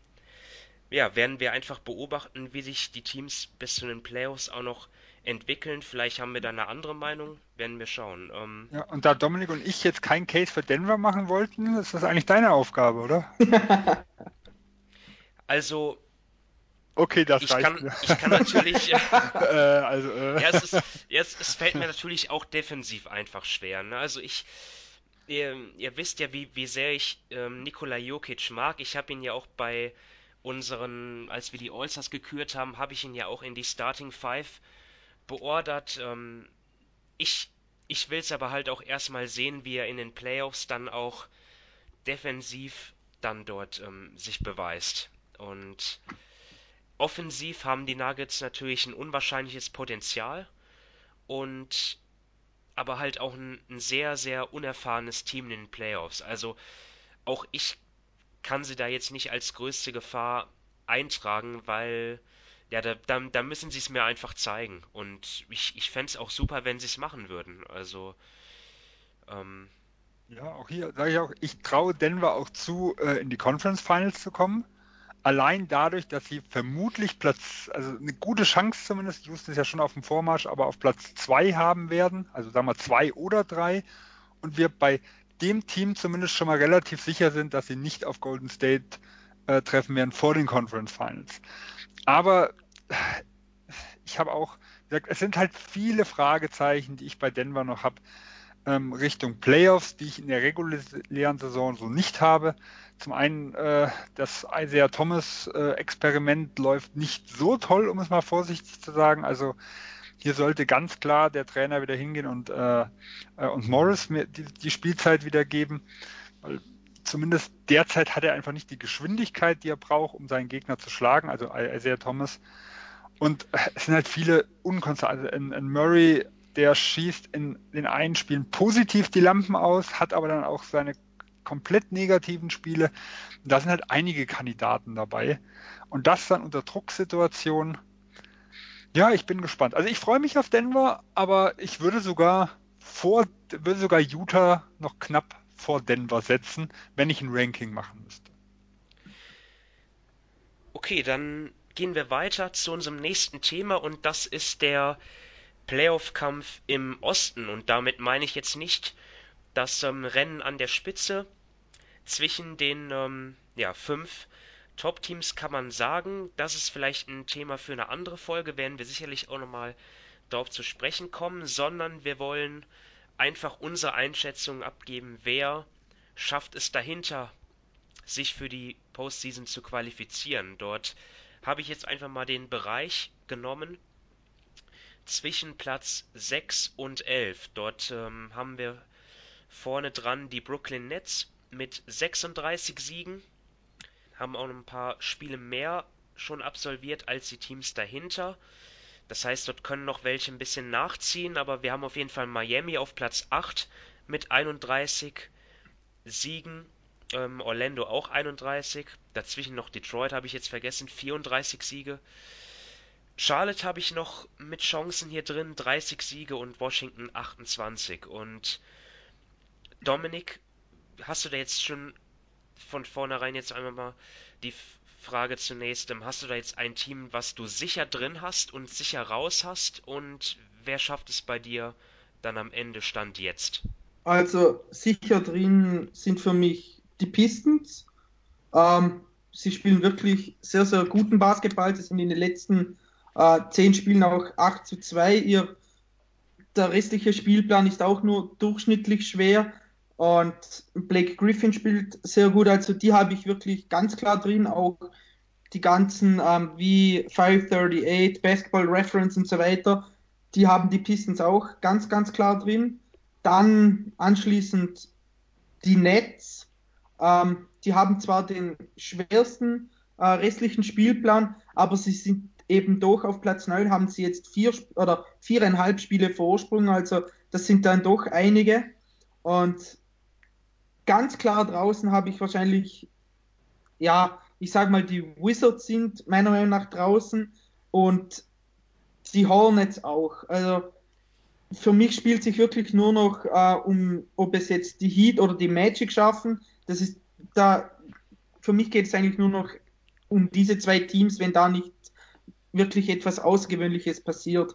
Speaker 1: werden wir einfach beobachten, wie sich die Teams bis zu den Playoffs auch noch entwickeln. Vielleicht haben wir da eine andere Meinung, werden wir schauen.
Speaker 2: Ja, und da Dominik und ich jetzt keinen Case für Denver machen wollten, ist das eigentlich deine Aufgabe, oder?
Speaker 1: Also,
Speaker 2: okay, das
Speaker 1: ich
Speaker 2: reicht.
Speaker 1: kann natürlich. Ja,
Speaker 2: Ja,
Speaker 1: es fällt mir natürlich auch defensiv einfach schwer. Ne? Also ihr wisst ja, wie sehr ich Nikola Jokic mag. Ich habe ihn ja auch bei als wir die All-Stars gekürt haben, habe ich ihn ja auch in die Starting Five beordert. Ich will es aber halt auch erstmal sehen, wie er in den Playoffs dann auch defensiv dann dort sich beweist. Und offensiv haben die Nuggets natürlich ein unwahrscheinliches Potenzial und aber halt auch ein sehr, sehr unerfahrenes Team in den Playoffs. Also auch ich kann sie da jetzt nicht als größte Gefahr eintragen, weil ja, da müssen sie es mir einfach zeigen. Und ich fände es auch super, wenn sie es machen würden. Also,
Speaker 2: ja, auch hier sage ich auch, ich traue Denver auch zu, in die Conference Finals zu kommen. Allein dadurch, dass sie vermutlich also eine gute Chance zumindest, Houston ist ja schon auf dem Vormarsch, aber auf Platz 2 haben werden, also sagen wir 2 oder 3. Und wir bei dem Team zumindest schon mal relativ sicher sind, dass sie nicht auf Golden State treffen werden vor den Conference Finals. Aber ich habe auch gesagt, es sind halt viele Fragezeichen, die ich bei Denver noch habe, Richtung Playoffs, die ich in der regulären Saison so nicht habe. Zum einen, das Isaiah Thomas Experiment läuft nicht so toll, um es mal vorsichtig zu sagen. Also hier sollte ganz klar der Trainer wieder hingehen und Morris mir die Spielzeit wieder geben. Weil zumindest derzeit hat er einfach nicht die Geschwindigkeit, die er braucht, um seinen Gegner zu schlagen, also Isaiah Thomas. Und es sind halt viele Unkonstanten. Also ein Murray, der schießt in den einen Spielen positiv die Lampen aus, hat aber dann auch seine komplett negativen Spiele. Da sind halt einige Kandidaten dabei. Und das dann unter Drucksituationen. Ja, ich bin gespannt. Also ich freue mich auf Denver, aber ich würde sogar Utah noch knapp vor Denver setzen, wenn ich ein Ranking machen müsste.
Speaker 1: Okay, dann gehen wir weiter zu unserem nächsten Thema und das ist der Playoff-Kampf im Osten. Und damit meine ich jetzt nicht das Rennen an der Spitze zwischen den 5 Top-Teams, kann man sagen. Das ist vielleicht ein Thema für eine andere Folge, werden wir sicherlich auch nochmal darauf zu sprechen kommen, sondern wir wollen einfach unsere Einschätzung abgeben, wer schafft es dahinter, sich für die Postseason zu qualifizieren. Dort habe ich jetzt einfach mal den Bereich genommen zwischen Platz 6 und 11. Dort haben wir vorne dran die Brooklyn Nets mit 36 Siegen, haben auch noch ein paar Spiele mehr schon absolviert als die Teams dahinter. Das heißt, dort können noch welche ein bisschen nachziehen, aber wir haben auf jeden Fall Miami auf Platz 8 mit 31 Siegen, Orlando auch 31, dazwischen noch Detroit habe ich jetzt vergessen, 34 Siege. Charlotte habe ich noch mit Chancen hier drin, 30 Siege und Washington 28. Und Dominik, hast du da jetzt schon von vornherein jetzt einmal mal die Frage zunächst, hast du da jetzt ein Team, was du sicher drin hast und sicher raus hast und wer schafft es bei dir dann am Ende Stand jetzt?
Speaker 3: Also sicher drin sind für mich die Pistons. Sie spielen wirklich sehr, sehr guten Basketball. Sie sind in den letzten 10 Spielen auch 8-2. Der restliche Spielplan ist auch nur durchschnittlich schwer. Und Blake Griffin spielt sehr gut. Also die habe ich wirklich ganz klar drin. Auch die ganzen wie 538, Basketball Reference und so weiter, die haben die Pistons auch ganz, ganz klar drin. Dann anschließend die Nets. Die haben zwar den schwersten restlichen Spielplan, aber sie sind eben doch auf Platz 9, haben sie jetzt 4,5 Spiele Vorsprung, also das sind dann doch einige. Und ganz klar draußen habe ich wahrscheinlich, ja, ich sag mal, die Wizards sind meiner Meinung nach draußen und die Hornets auch. Also für mich spielt sich wirklich nur noch ob es jetzt die Heat oder die Magic schaffen. Das ist da, für mich geht es eigentlich nur noch um diese 2 Teams, wenn da nicht wirklich etwas Außergewöhnliches passiert.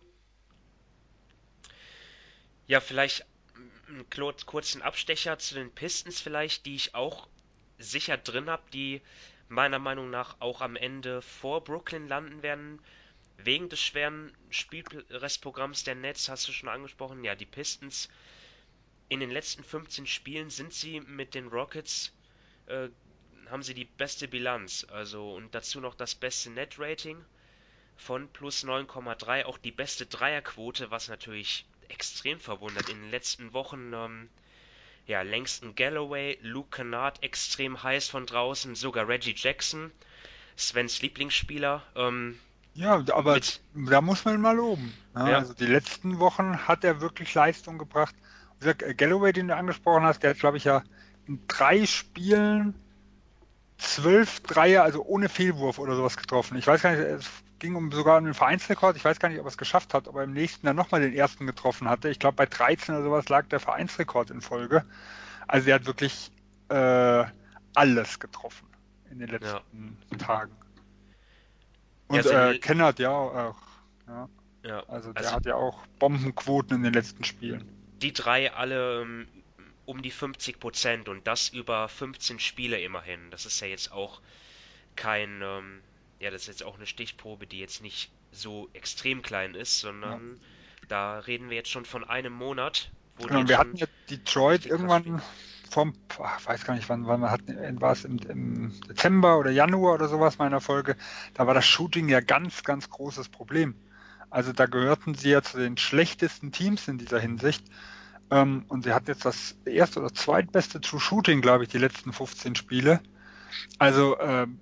Speaker 1: Ja, vielleicht einen kurzen Abstecher zu den Pistons vielleicht, die ich auch sicher drin habe, die meiner Meinung nach auch am Ende vor Brooklyn landen werden. Wegen des schweren Spielrestprogramms der Nets, hast du schon angesprochen, ja, die Pistons. In den letzten 15 Spielen sind sie mit den Rockets, haben sie die beste Bilanz, also und dazu noch das beste Net-Rating von plus 9,3, auch die beste Dreierquote, was natürlich extrem verwundert. In den letzten Wochen, Langston Galloway, Luke Kennard extrem heiß von draußen, sogar Reggie Jackson, Svens Lieblingsspieler.
Speaker 2: Ja, aber da muss man ihn mal loben. Ja. Also die letzten Wochen hat er wirklich Leistung gebracht. Wie gesagt, Galloway, den du angesprochen hast, der hat, glaube ich, ja in 3 Spielen 12 Dreier, also ohne Fehlwurf oder sowas getroffen. Ich weiß gar nicht, es ging sogar um den Vereinsrekord. Ich weiß gar nicht, ob er es geschafft hat, ob er im nächsten Jahr nochmal den ersten getroffen hatte. Ich glaube, bei 13 oder sowas lag der Vereinsrekord in Folge. Also er hat wirklich alles getroffen in den letzten Tagen. Und Kennard ja auch. Ja. Also der hat ja auch Bombenquoten in den letzten Spielen.
Speaker 1: Die 3 alle um die 50% und das über 15 Spiele immerhin. Das ist ja jetzt auch kein, das ist jetzt auch eine Stichprobe, die jetzt nicht so extrem klein ist, sondern da reden wir jetzt schon von einem Monat.
Speaker 2: Genau, wir hatten ja Detroit irgendwann weiß gar nicht wann wir hatten, war es im Dezember oder Januar oder sowas meiner Folge, da war das Shooting ja ganz, ganz großes Problem. Also da gehörten sie ja zu den schlechtesten Teams in dieser Hinsicht. Und sie hat jetzt das erste oder zweitbeste True Shooting, glaube ich, die letzten 15 Spiele. Also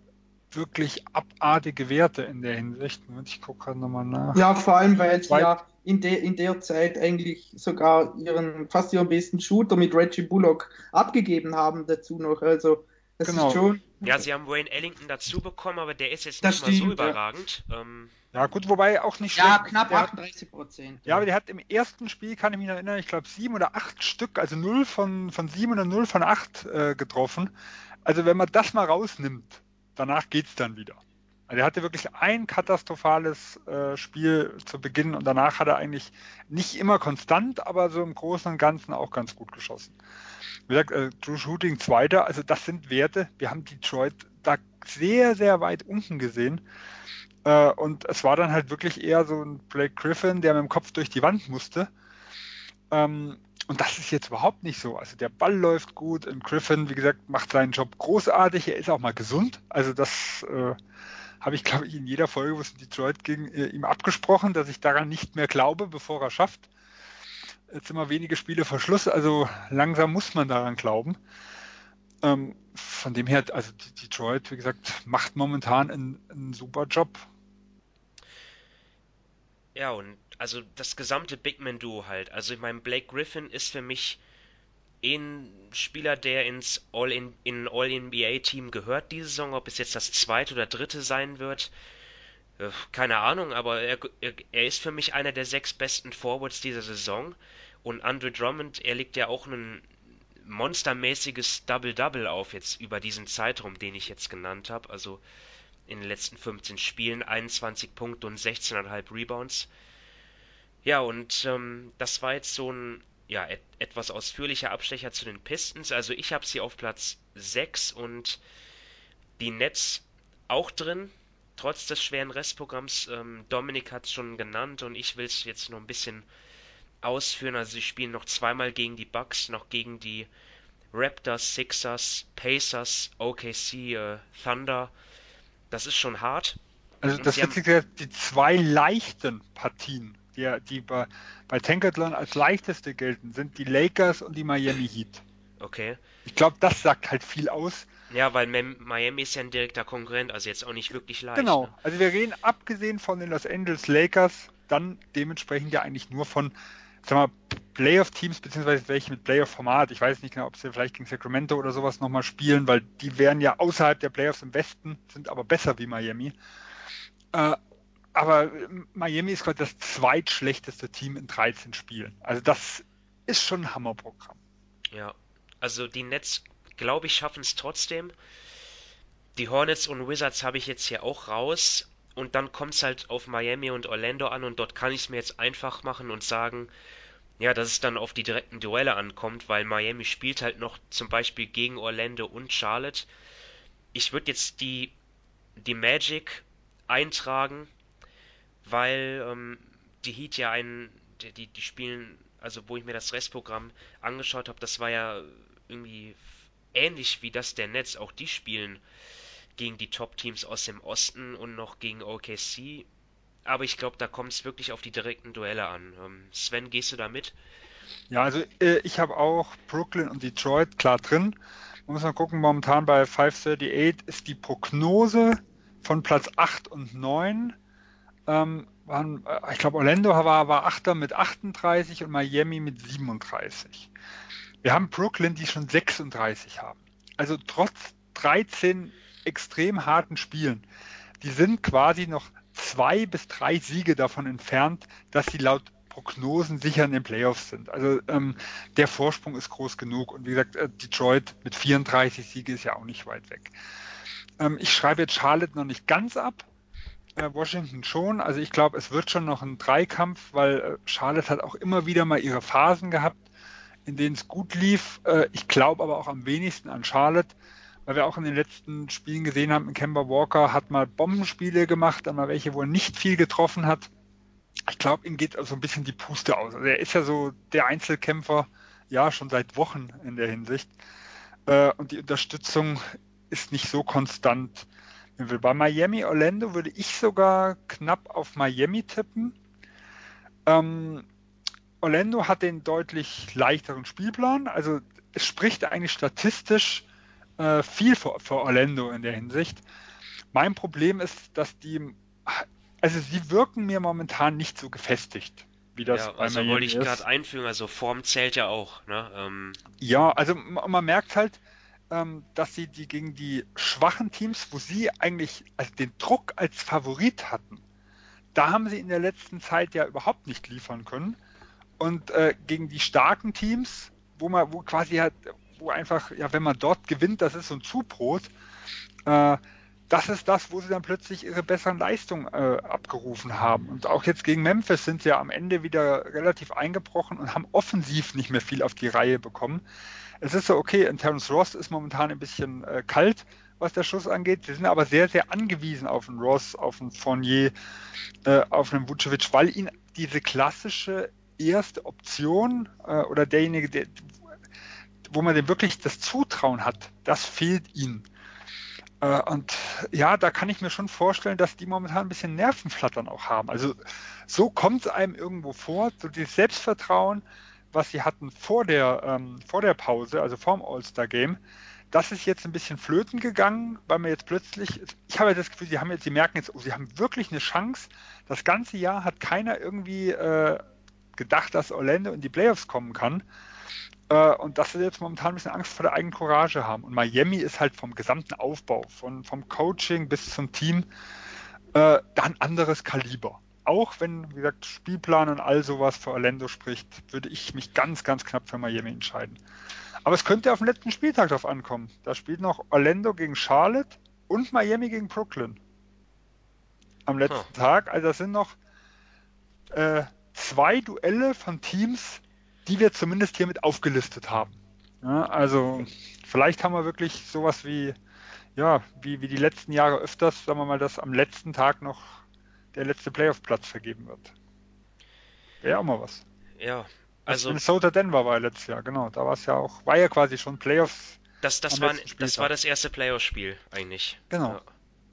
Speaker 2: wirklich abartige Werte in der Hinsicht. Moment, ich gucke gerade nochmal nach.
Speaker 3: Ja, vor allem, weil sie ja in der Zeit eigentlich sogar fast ihren besten Shooter mit Reggie Bullock abgegeben haben dazu noch. Also das
Speaker 2: Genau.
Speaker 3: ist schon...
Speaker 1: Ja, sie haben Wayne Ellington dazu bekommen, aber der ist jetzt
Speaker 3: Das
Speaker 1: nicht mal so
Speaker 3: stimmt, ja.
Speaker 1: überragend.
Speaker 2: Ja gut, wobei auch nicht
Speaker 3: Ja,
Speaker 2: schlecht.
Speaker 3: knapp
Speaker 2: Der hat-
Speaker 3: 38%.
Speaker 2: Ja, aber der hat im ersten Spiel, kann ich mich noch erinnern, ich glaube 7 oder 8 Stück, also 0 von 7 oder 0 von 8 getroffen. Also wenn man das mal rausnimmt, danach geht's dann wieder. Also er hatte wirklich ein katastrophales Spiel zu Beginn und danach hat er eigentlich nicht immer konstant, aber so im Großen und Ganzen auch ganz gut geschossen. Wie gesagt, True Shooting Zweiter, also das sind Werte. Wir haben Detroit da sehr, sehr weit unten gesehen. Und es war dann halt wirklich eher so ein Blake Griffin, der mit dem Kopf durch die Wand musste. Und das ist jetzt überhaupt nicht so. Also der Ball läuft gut und Griffin, wie gesagt, macht seinen Job großartig. Er ist auch mal gesund. Also das habe ich, glaube ich, in jeder Folge, wo es in Detroit ging, ihm abgesprochen, dass ich daran nicht mehr glaube, bevor er schafft. Jetzt sind immer wenige Spiele vor Schluss, also langsam muss man daran glauben. Von dem her, also Detroit, wie gesagt, macht momentan einen super Job.
Speaker 1: Ja, und also das gesamte Big-Man-Duo halt. Also ich meine, Blake Griffin ist für mich ein Spieler, der ins All-NBA-Team gehört diese Saison. Ob es jetzt das zweite oder dritte sein wird, keine Ahnung, aber er ist für mich einer der 6 besten Forwards dieser Saison. Und Andre Drummond, er legt ja auch ein monstermäßiges Double-Double auf jetzt über diesen Zeitraum, den ich jetzt genannt habe. Also in den letzten 15 Spielen 21 Punkte und 16,5 Rebounds. Ja, und das war jetzt so ein etwas ausführlicher Abstecher zu den Pistons. Also ich habe sie auf Platz 6 und die Nets auch drin, trotz des schweren Restprogramms. Dominik hat es schon genannt und ich will es jetzt noch ein bisschen ausführen. Also sie spielen noch zweimal gegen die Bucks, noch gegen die Raptors, Sixers, Pacers, OKC, Thunder. Das ist schon hart.
Speaker 2: Also
Speaker 1: Und
Speaker 2: das
Speaker 1: sie
Speaker 2: sind die 2 leichten Partien, die bei Tankathon als leichteste gelten, sind die Lakers und die Miami Heat.
Speaker 1: Okay.
Speaker 2: Ich glaube, das sagt halt viel aus.
Speaker 1: Ja, weil Miami ist ja ein direkter Konkurrent, also jetzt auch nicht wirklich leicht.
Speaker 2: Genau,
Speaker 1: Ne?
Speaker 2: also wir reden abgesehen von den Los Angeles Lakers, dann dementsprechend ja eigentlich nur von, sagen wir, Playoff-Teams, beziehungsweise welche mit Playoff-Format. Ich weiß nicht genau, ob sie vielleicht gegen Sacramento oder sowas nochmal spielen, weil die wären ja außerhalb der Playoffs im Westen, sind aber besser wie Miami. Aber Miami ist gerade das zweitschlechteste Team in 13 Spielen. Also das ist schon ein Hammerprogramm.
Speaker 1: Ja, also die Nets, glaube ich, schaffen es trotzdem. Die Hornets und Wizards habe ich jetzt hier auch raus. Und dann kommt es halt auf Miami und Orlando an und dort kann ich es mir jetzt einfach machen und sagen, ja, dass es dann auf die direkten Duelle ankommt, weil Miami spielt halt noch zum Beispiel gegen Orlando und Charlotte. Ich würde jetzt die Magic eintragen, weil die Heat ja die spielen, also wo ich mir das Restprogramm angeschaut habe, das war ja irgendwie ähnlich wie das der Nets. Auch die spielen gegen die Top-Teams aus dem Osten und noch gegen OKC. Aber ich glaube, da kommt es wirklich auf die direkten Duelle an. Sven, gehst du da mit?
Speaker 2: Ja, also ich habe auch Brooklyn und Detroit klar drin. Man muss mal gucken, momentan bei 538 ist die Prognose von Platz 8 und 9. Ich glaube, Orlando war 8. mit 38 und Miami mit 37. Wir haben Brooklyn, die schon 36 haben. Also trotz 13 extrem harten Spielen, die sind quasi noch 2 bis 3 Siege davon entfernt, dass sie laut Prognosen sicher in den Playoffs sind. Also der Vorsprung ist groß genug und wie gesagt, Detroit mit 34 Siege ist ja auch nicht weit weg. Ich schreibe jetzt Charlotte noch nicht ganz ab, Washington schon. Also ich glaube, es wird schon noch ein Dreikampf, weil Charlotte hat auch immer wieder mal ihre Phasen gehabt, in denen es gut lief. Ich glaube aber auch am wenigsten an Charlotte, weil wir auch in den letzten Spielen gesehen haben, Kemba Walker hat mal Bombenspiele gemacht, dann mal welche, wo er nicht viel getroffen hat. Ich glaube, ihm geht so ein bisschen die Puste aus. Also er ist ja so der Einzelkämpfer, ja, schon seit Wochen in der Hinsicht. Und die Unterstützung ist nicht so konstant. Bei Miami, Orlando würde ich sogar knapp auf Miami tippen. Orlando hat den deutlich leichteren Spielplan. Also es spricht eigentlich statistisch viel für Orlando in der Hinsicht. Mein Problem ist, dass sie wirken mir momentan nicht so gefestigt, wie das
Speaker 1: Ja,
Speaker 2: bei
Speaker 1: also
Speaker 2: Miami
Speaker 1: wollte ich gerade
Speaker 2: ist.
Speaker 1: einfügen, also Form zählt ja auch, ne?
Speaker 2: Ja, also man merkt halt, dass sie gegen die schwachen Teams, wo sie eigentlich den Druck als Favorit hatten, da haben sie in der letzten Zeit ja überhaupt nicht liefern können. Und gegen die starken Teams, wo quasi halt, wo einfach, ja, wenn man dort gewinnt, das ist so ein Zubrot, das ist das, wo sie dann plötzlich ihre besseren Leistungen abgerufen haben. Und auch jetzt gegen Memphis sind sie ja am Ende wieder relativ eingebrochen und haben offensiv nicht mehr viel auf die Reihe bekommen. Es ist so, okay, Terrence Ross ist momentan ein bisschen kalt, was der Schuss angeht. Sie sind aber sehr, sehr angewiesen auf einen Ross, auf einen Fournier, auf einen Vucevic, weil ihnen diese klassische erste Option oder derjenige, wo man dem wirklich das Zutrauen hat, das fehlt ihnen. Und ja, da kann ich mir schon vorstellen, dass die momentan ein bisschen Nervenflattern auch haben. Also so kommt es einem irgendwo vor, so dieses Selbstvertrauen, was sie hatten vor der Pause, also vorm All-Star-Game, das ist jetzt ein bisschen flöten gegangen, weil man jetzt plötzlich, ich habe das Gefühl, sie merken jetzt, oh, sie haben wirklich eine Chance. Das ganze Jahr hat keiner irgendwie gedacht, dass Orlando in die Playoffs kommen kann. Und dass sie jetzt momentan ein bisschen Angst vor der eigenen Courage haben. Und Miami ist halt vom gesamten Aufbau, vom Coaching bis zum Team, da ein anderes Kaliber. Auch wenn, wie gesagt, Spielplan und all sowas für Orlando spricht, würde ich mich ganz, ganz knapp für Miami entscheiden. Aber es könnte auf den letzten Spieltag drauf ankommen. Da spielt noch Orlando gegen Charlotte und Miami gegen Brooklyn. Am letzten Tag. Also das sind noch 2 Duelle von Teams, die wir zumindest hiermit aufgelistet haben. Ja, also vielleicht haben wir wirklich sowas wie die letzten Jahre öfters, sagen wir mal, dass am letzten Tag noch der letzte Playoff-Platz vergeben wird. Wäre auch mal was.
Speaker 1: Ja,
Speaker 2: also Minnesota Denver war ja letztes Jahr, genau. Da war es ja auch, war ja quasi schon Playoffs.
Speaker 1: Das war das erste Playoff-Spiel eigentlich.
Speaker 2: Genau.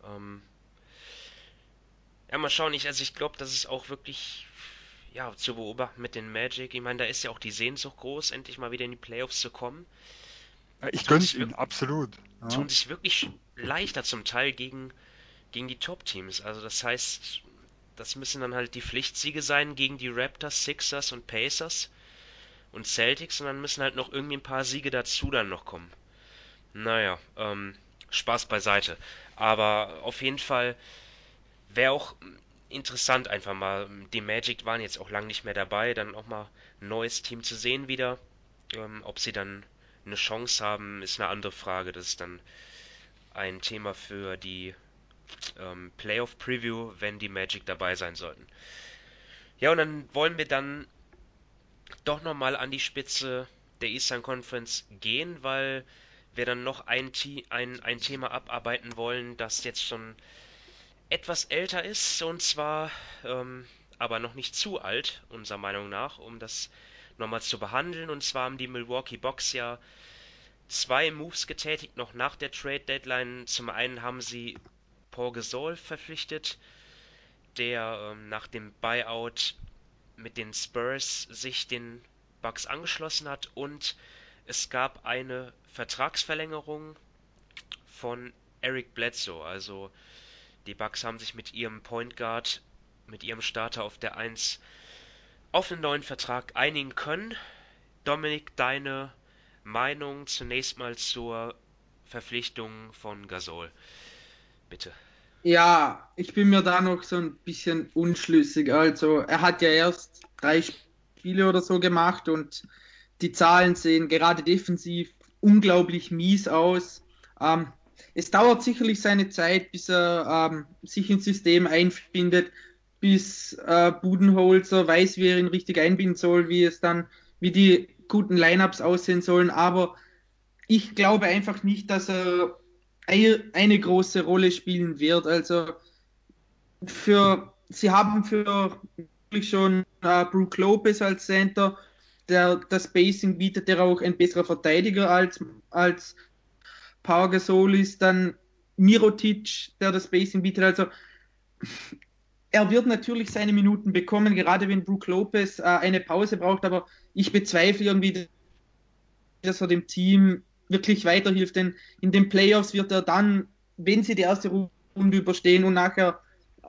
Speaker 1: Ja, mal schauen. Ich glaube, das ist auch wirklich zu beobachten mit den Magic. Ich meine, da ist ja auch die Sehnsucht groß, endlich mal wieder in die Playoffs zu kommen.
Speaker 2: Ich gönn's ihnen, absolut. Ja.
Speaker 1: Tun sich wirklich leichter zum Teil gegen die Top-Teams. Also das heißt, das müssen dann halt die Pflichtsiege sein gegen die Raptors, Sixers und Pacers und Celtics und dann müssen halt noch irgendwie ein paar Siege dazu dann noch kommen. Naja, Spaß beiseite. Aber auf jeden Fall wäre auch interessant einfach mal. Die Magic waren jetzt auch lange nicht mehr dabei, dann auch mal ein neues Team zu sehen wieder. Ob sie dann eine Chance haben, ist eine andere Frage. Das ist dann ein Thema für die Playoff-Preview, wenn die Magic dabei sein sollten. Ja, und dann wollen wir dann doch nochmal an die Spitze der Eastern Conference gehen, weil wir dann noch ein Thema abarbeiten wollen, das jetzt schon etwas älter ist, und zwar aber noch nicht zu alt, unserer Meinung nach, um das nochmal zu behandeln. Und zwar haben die Milwaukee Bucks ja 2 Moves getätigt, noch nach der Trade-Deadline. Zum einen haben sie Paul Gasol verpflichtet, der nach dem Buyout mit den Spurs sich den Bucks angeschlossen hat, und es gab eine Vertragsverlängerung von Eric Bledsoe. Also die Bucks haben sich mit ihrem Point Guard, mit ihrem Starter auf der 1 auf einen neuen Vertrag einigen können. Dominik, deine Meinung zunächst mal zur Verpflichtung von Gasol, bitte.
Speaker 3: Ja, ich bin mir da noch so ein bisschen unschlüssig. Also er hat ja erst 3 Spiele oder so gemacht und die Zahlen sehen gerade defensiv unglaublich mies aus. Es dauert sicherlich seine Zeit, bis er sich ins System einfindet, bis Budenholzer weiß, wie er ihn richtig einbinden soll, wie die guten Lineups aussehen sollen. Aber ich glaube einfach nicht, dass er eine große Rolle spielen wird. Also sie haben wirklich schon Brook Lopez als Center, der das Spacing bietet, der auch ein besserer Verteidiger als Pau Gasol ist, dann Mirotic, der das Spacing bietet. Also er wird natürlich seine Minuten bekommen, gerade wenn Brook Lopez eine Pause braucht, aber ich bezweifle irgendwie, dass er dem Team wirklich weiterhilft, denn in den Playoffs wird er dann, wenn sie die erste Runde überstehen und nachher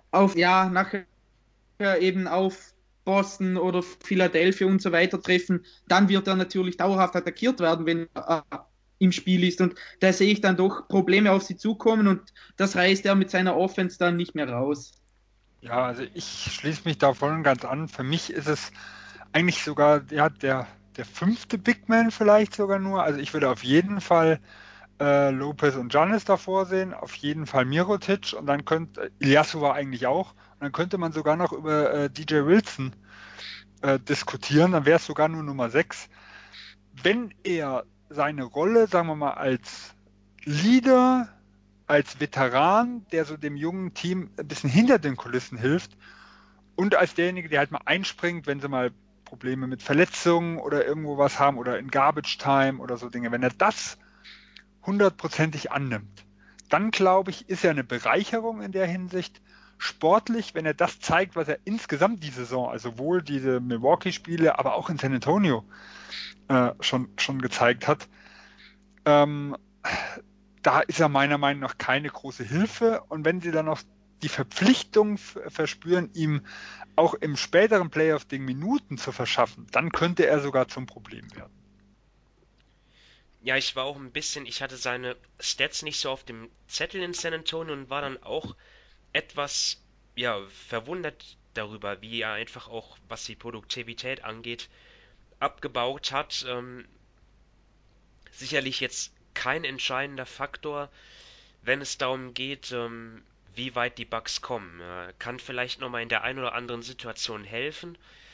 Speaker 3: eben auf Boston oder Philadelphia und so weiter treffen, dann wird er natürlich dauerhaft attackiert werden, wenn er im Spiel ist. Und da sehe ich dann doch Probleme auf sie zukommen und das reißt er mit seiner Offense dann nicht mehr raus.
Speaker 2: Ja, also ich schließe mich da voll und ganz an. Für mich ist es eigentlich sogar der 5. Big Man vielleicht sogar nur. Also ich würde auf jeden Fall Lopez und Giannis davor sehen, auf jeden Fall Mirotic und dann könnte Ilyasova eigentlich auch. Und dann könnte man sogar noch über DJ Wilson diskutieren, dann wäre es sogar nur Nummer 6. Wenn er seine Rolle, sagen wir mal, als Leader, als Veteran, der so dem jungen Team ein bisschen hinter den Kulissen hilft und als derjenige, der halt mal einspringt, wenn sie mal Probleme mit Verletzungen oder irgendwo was haben oder in Garbage Time oder so Dinge, wenn er das 100%ig annimmt, dann glaube ich, ist er eine Bereicherung in der Hinsicht. Sportlich, wenn er das zeigt, was er insgesamt die Saison, also sowohl diese Milwaukee-Spiele, aber auch in San Antonio schon gezeigt hat, da ist er meiner Meinung nach keine große Hilfe. Und wenn sie dann noch die Verpflichtung verspüren, ihm auch im späteren Playoff-Ding Minuten zu verschaffen, dann könnte er sogar zum Problem werden.
Speaker 1: Ja, ich hatte seine Stats nicht so auf dem Zettel in San Antonio und war dann auch etwas, verwundert darüber, wie er einfach auch, was die Produktivität angeht, abgebaut hat. Sicherlich jetzt kein entscheidender Faktor, wenn es darum geht, wie weit die Bucks kommen. Kann vielleicht nochmal in der einen oder anderen Situation helfen,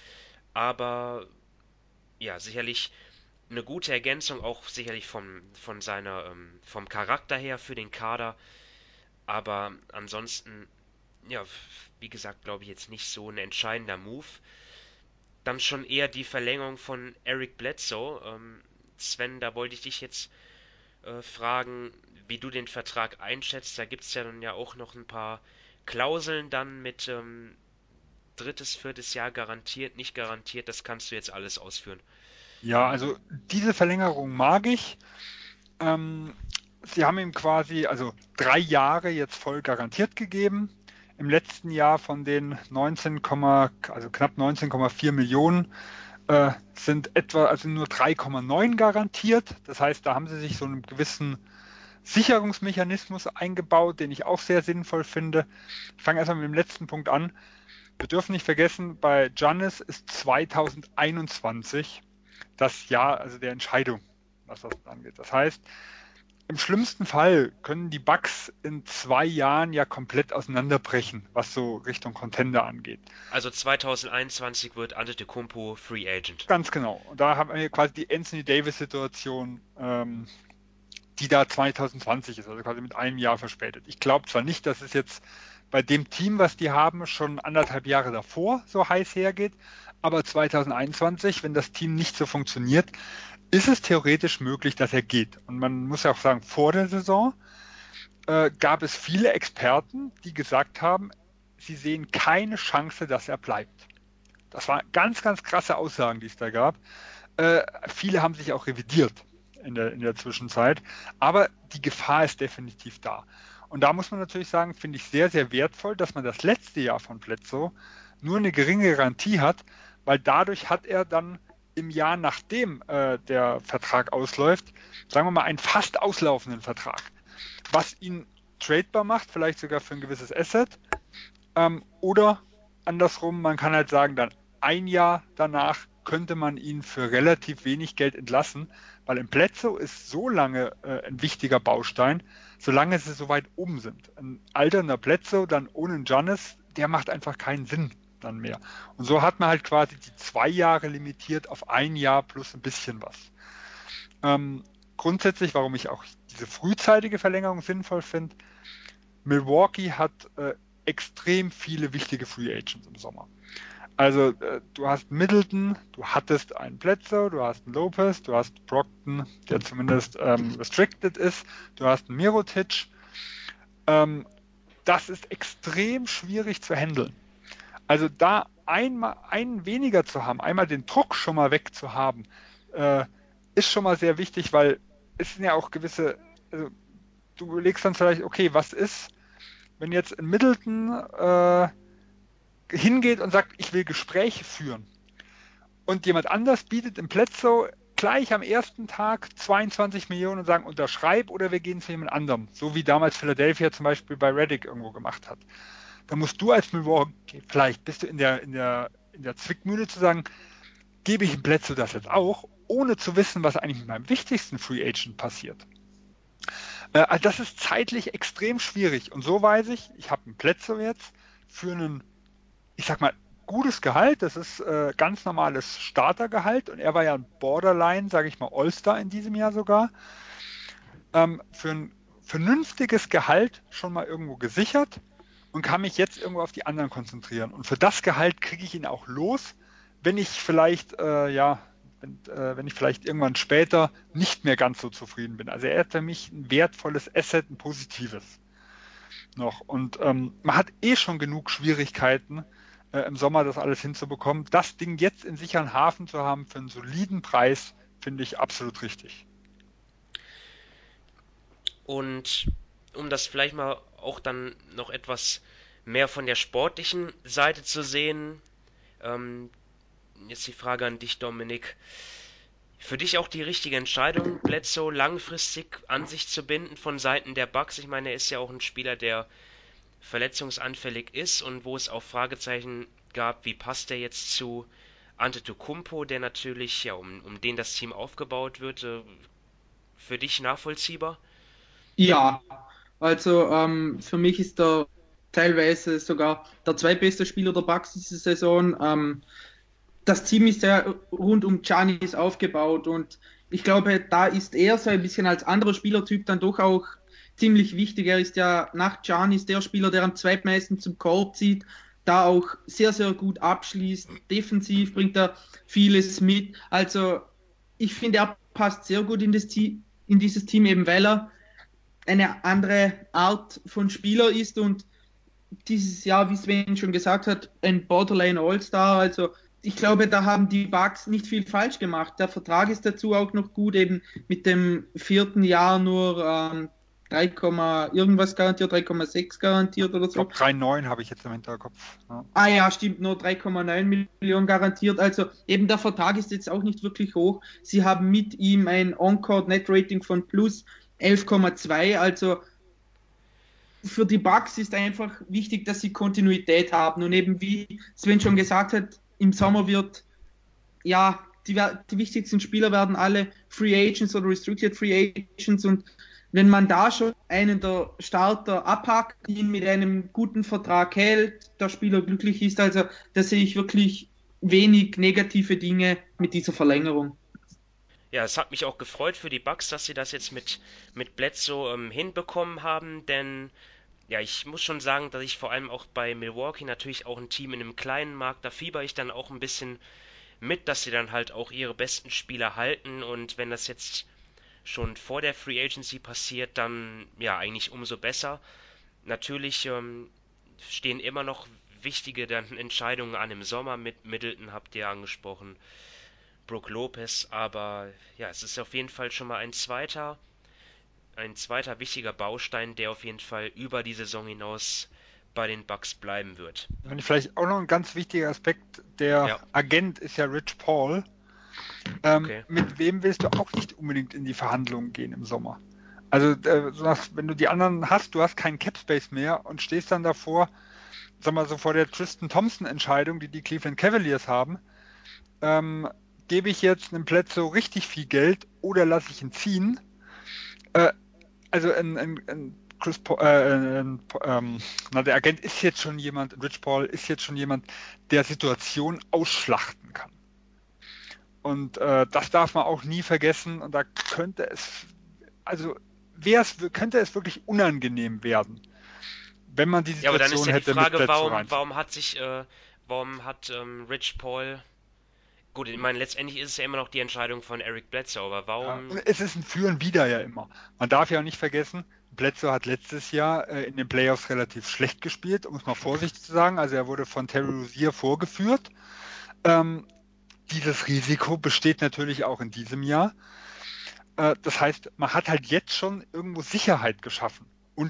Speaker 1: aber ja, sicherlich eine gute Ergänzung, auch sicherlich vom Charakter her für den Kader, aber ansonsten, wie gesagt, glaube ich jetzt nicht so ein entscheidender Move. Dann schon eher die Verlängerung von Eric Bledsoe. Sven, da wollte ich dich jetzt fragen, wie du den Vertrag einschätzt. Da gibt es ja dann ja auch noch ein paar Klauseln dann mit 3., 4. Jahr garantiert, nicht garantiert. Das kannst du jetzt alles ausführen.
Speaker 2: Ja, also diese Verlängerung mag ich. Sie haben ihm quasi 3 Jahre jetzt voll garantiert gegeben. Im letzten Jahr von den knapp 19,4 Millionen sind nur 3,9 garantiert. Das heißt, da haben sie sich so einen gewissen Sicherungsmechanismus eingebaut, den ich auch sehr sinnvoll finde. Ich fange erstmal mit dem letzten Punkt an. Wir dürfen nicht vergessen, bei Giannis ist 2021 das Jahr, also der Entscheidung, was das angeht. Das heißt, im schlimmsten Fall können die Bucks in 2 Jahren ja komplett auseinanderbrechen, was so Richtung Contender angeht.
Speaker 1: Also 2021 wird Antetokounmpo Free Agent.
Speaker 2: Ganz genau. Und da haben wir quasi die Anthony Davis-Situation, die da 2020 ist, also quasi mit einem Jahr verspätet. Ich glaube zwar nicht, dass es jetzt bei dem Team, was die haben, schon 1,5 Jahre davor so heiß hergeht, aber 2021, wenn das Team nicht so funktioniert, ist es theoretisch möglich, dass er geht. Und man muss ja auch sagen, vor der Saison gab es viele Experten, die gesagt haben, sie sehen keine Chance, dass er bleibt. Das waren ganz, ganz krasse Aussagen, die es da gab. Viele haben sich auch revidiert in der Zwischenzeit, aber die Gefahr ist definitiv da. Und da muss man natürlich sagen, finde ich sehr, sehr wertvoll, dass man das letzte Jahr von Bledsoe nur eine geringe Garantie hat, weil dadurch hat er dann im Jahr, nachdem der Vertrag ausläuft, sagen wir mal, einen fast auslaufenden Vertrag, was ihn tradebar macht, vielleicht sogar für ein gewisses Asset. Oder andersrum, man kann halt sagen, dann ein Jahr danach könnte man ihn für relativ wenig Geld entlassen, weil im Bledsoe ist so lange ein wichtiger Baustein, solange sie so weit oben sind. Ein alternder Bledsoe dann ohne Giannis, der macht einfach keinen Sinn dann mehr. Und so hat man halt quasi die 2 Jahre limitiert auf 1 Jahr plus ein bisschen was. Grundsätzlich, warum ich auch diese frühzeitige Verlängerung sinnvoll finde, Milwaukee hat extrem viele wichtige Free Agents im Sommer. Also du hast Middleton, du hattest einen Bledsoe, du hast einen Lopez, du hast Brogdon, der zumindest restricted ist, du hast einen Mirotic. Das ist extrem schwierig zu handeln. Also da einen weniger zu haben, einmal den Druck schon mal weg zu haben, ist schon mal sehr wichtig, weil es sind ja auch gewisse, also du überlegst dann vielleicht, okay, was ist, wenn jetzt ein Middleton hingeht und sagt, ich will Gespräche führen und jemand anders bietet im Bledsoe gleich am ersten Tag 22 Millionen und sagen, unterschreib oder wir gehen zu jemand anderem, so wie damals Philadelphia zum Beispiel bei Redick irgendwo gemacht hat. Da musst du als Milwaukee, vielleicht bist du in der Zwickmühle zu sagen, gebe ich im Bledsoe das jetzt auch, ohne zu wissen, was eigentlich mit meinem wichtigsten Free Agent passiert. Das ist zeitlich extrem schwierig und so weiß ich habe einen Bledsoe jetzt für einen, ich sag mal, gutes Gehalt, das ist ganz normales Startergehalt und er war ja ein Borderline, sage ich mal, All-Star in diesem Jahr sogar, für ein vernünftiges Gehalt schon mal irgendwo gesichert und kann mich jetzt irgendwo auf die anderen konzentrieren. Und für das Gehalt kriege ich ihn auch los, wenn ich vielleicht, wenn ich vielleicht irgendwann später nicht mehr ganz so zufrieden bin. Also er ist für mich ein wertvolles Asset, ein positives noch. Und man hat schon genug Schwierigkeiten, im Sommer das alles hinzubekommen. Das Ding jetzt in sicheren Hafen zu haben für einen soliden Preis, finde ich absolut richtig.
Speaker 1: Und um das vielleicht mal auch dann noch etwas mehr von der sportlichen Seite zu sehen, jetzt die Frage an dich, Dominik. Für dich auch die richtige Entscheidung, Bledsoe langfristig an sich zu binden von Seiten der Bucks? Ich meine, er ist ja auch ein Spieler, der verletzungsanfällig ist und wo es auch Fragezeichen gab, wie passt er jetzt zu Antetokounmpo, der natürlich, ja, um den das Team aufgebaut wird, für dich nachvollziehbar?
Speaker 3: Ja, also für mich ist er teilweise sogar der zweitbeste Spieler der Bucks diese Saison. Das Team ist ja rund um Giannis aufgebaut und ich glaube, da ist er so ein bisschen als anderer Spielertyp dann doch auch ziemlich wichtig. Er ist ja nach Giannis der Spieler, der am zweitmeisten zum Korb zieht, da auch sehr, sehr gut abschließt. Defensiv bringt er vieles mit. Also ich finde, er passt sehr gut in dieses Team, eben weil er eine andere Art von Spieler ist und dieses Jahr, wie Sven schon gesagt hat, ein Borderline All-Star. Also ich glaube, da haben die Bucks nicht viel falsch gemacht. Der Vertrag ist dazu auch noch gut, eben mit dem 4. Jahr nur 3, irgendwas garantiert, 3,6 garantiert oder so.
Speaker 2: Ich glaube 3,9 habe ich jetzt im Hinterkopf. Ja.
Speaker 3: Ah ja, stimmt, nur 3,9 Millionen garantiert. Also eben der Vertrag ist jetzt auch nicht wirklich hoch. Sie haben mit ihm ein On-Court-Net-Rating von plus 11,2. Also für die Bucks ist einfach wichtig, dass sie Kontinuität haben. Und eben wie Sven schon gesagt hat, im Sommer wird, ja, die wichtigsten Spieler werden alle Free Agents oder Restricted Free Agents und wenn man da schon einen der Starter abhackt, ihn mit einem guten Vertrag hält, der Spieler glücklich ist, also da sehe ich wirklich wenig negative Dinge mit dieser Verlängerung.
Speaker 1: Ja, es hat mich auch gefreut für die Bucks, dass sie das jetzt mit Bledsoe hinbekommen haben, denn ja, ich muss schon sagen, dass ich vor allem auch bei Milwaukee natürlich auch ein Team in einem kleinen Markt, da fieber ich dann auch ein bisschen mit, dass sie dann halt auch ihre besten Spieler halten und wenn das jetzt schon vor der Free Agency passiert, dann ja eigentlich umso besser. Natürlich stehen immer noch wichtige dann Entscheidungen an im Sommer mit Middleton, habt ihr angesprochen, Brook Lopez, aber ja, es ist auf jeden Fall schon mal ein zweiter wichtiger Baustein, der auf jeden Fall über die Saison hinaus bei den Bucks bleiben wird.
Speaker 2: Und vielleicht auch noch ein ganz wichtiger Aspekt, der Agent ist ja Rich Paul. Okay. Mit wem willst du auch nicht unbedingt in die Verhandlungen gehen im Sommer? Also wenn du die anderen hast, du hast keinen Cap Space mehr und stehst dann davor, sag mal so vor der Tristan Thompson Entscheidung, die Cleveland Cavaliers haben, gebe ich jetzt einem Bledsoe richtig viel Geld oder lasse ich ihn ziehen? Also Chris Paul, der Agent ist jetzt schon jemand, Rich Paul ist jetzt schon jemand, der Situationen ausschlachten kann. Und das darf man auch nie vergessen. Und da könnte es wirklich unangenehm werden, wenn man die Situation hätte.
Speaker 1: Ja, aber dann ist ja die Frage, warum hat Rich Paul... Gut, ich meine, letztendlich ist es ja immer noch die Entscheidung von Eric Bledsoe, aber warum...
Speaker 2: Ja, es ist ein Für und Wider ja immer. Man darf ja auch nicht vergessen, Bledsoe hat letztes Jahr in den Playoffs relativ schlecht gespielt, um es mal vorsichtig zu sagen. Also er wurde von Terry Rozier vorgeführt. Dieses Risiko besteht natürlich auch in diesem Jahr. Das heißt, man hat halt jetzt schon irgendwo Sicherheit geschaffen. Und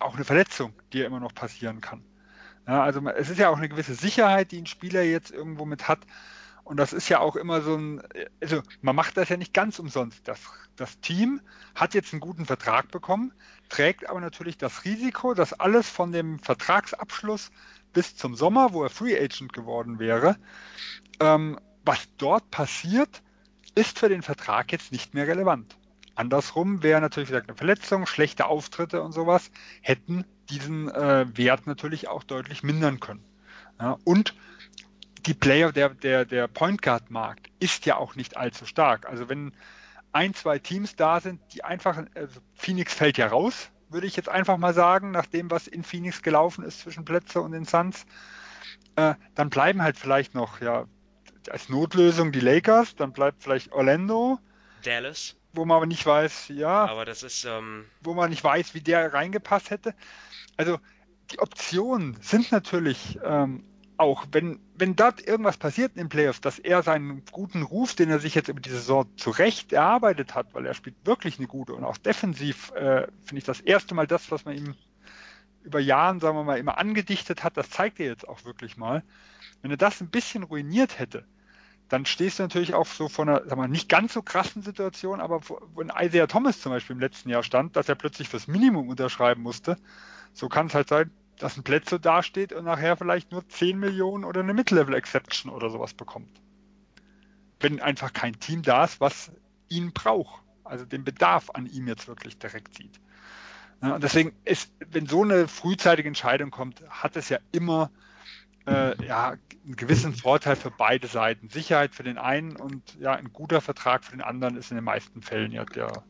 Speaker 2: auch eine Verletzung, die ja immer noch passieren kann. Ja, also es ist ja auch eine gewisse Sicherheit, die ein Spieler jetzt irgendwo mit hat. Und das ist ja auch immer so also man macht das ja nicht ganz umsonst. Das Team hat jetzt einen guten Vertrag bekommen, trägt aber natürlich das Risiko, dass alles von dem Vertragsabschluss bis zum Sommer, wo er Free Agent geworden wäre, was dort passiert, ist für den Vertrag jetzt nicht mehr relevant. Andersrum wäre natürlich wieder eine Verletzung, schlechte Auftritte und sowas, hätten diesen Wert natürlich auch deutlich mindern können. Ja, und die Player, der Point Guard Markt ist ja auch nicht allzu stark. Also wenn 1, 2 Teams da sind, die einfach, also Phoenix fällt ja raus, würde ich jetzt einfach mal sagen, nach dem, was in Phoenix gelaufen ist zwischen Bledsoe und den Suns, dann bleiben halt vielleicht noch, ja, als Notlösung die Lakers, dann bleibt vielleicht Orlando,
Speaker 1: Dallas,
Speaker 2: wo man aber nicht weiß, ja,
Speaker 1: aber das ist,
Speaker 2: wo man nicht weiß, wie der reingepasst hätte. Also die Optionen sind natürlich auch, wenn dort irgendwas passiert in den Playoffs, dass er seinen guten Ruf, den er sich jetzt über die Saison zurecht erarbeitet hat, weil er spielt wirklich eine gute und auch defensiv finde ich das erste Mal das, was man ihm über Jahren, sagen wir mal, immer angedichtet hat, das zeigt er jetzt auch wirklich mal. Wenn er das ein bisschen ruiniert hätte, dann stehst du natürlich auch so vor einer, sagen wir mal, nicht ganz so krassen Situation, aber wo ein Isaiah Thomas zum Beispiel im letzten Jahr stand, dass er plötzlich fürs Minimum unterschreiben musste. So kann es halt sein, dass ein Bledsoe dasteht und nachher vielleicht nur 10 Millionen oder eine Mid-Level-Exception oder sowas bekommt. Wenn einfach kein Team da ist, was ihn braucht, also den Bedarf an ihm jetzt wirklich direkt sieht. Ja, und deswegen wenn so eine frühzeitige Entscheidung kommt, hat es ja immer einen gewissen Vorteil für beide Seiten. Sicherheit für den einen und ja, ein guter Vertrag für den anderen ist in den meisten Fällen ja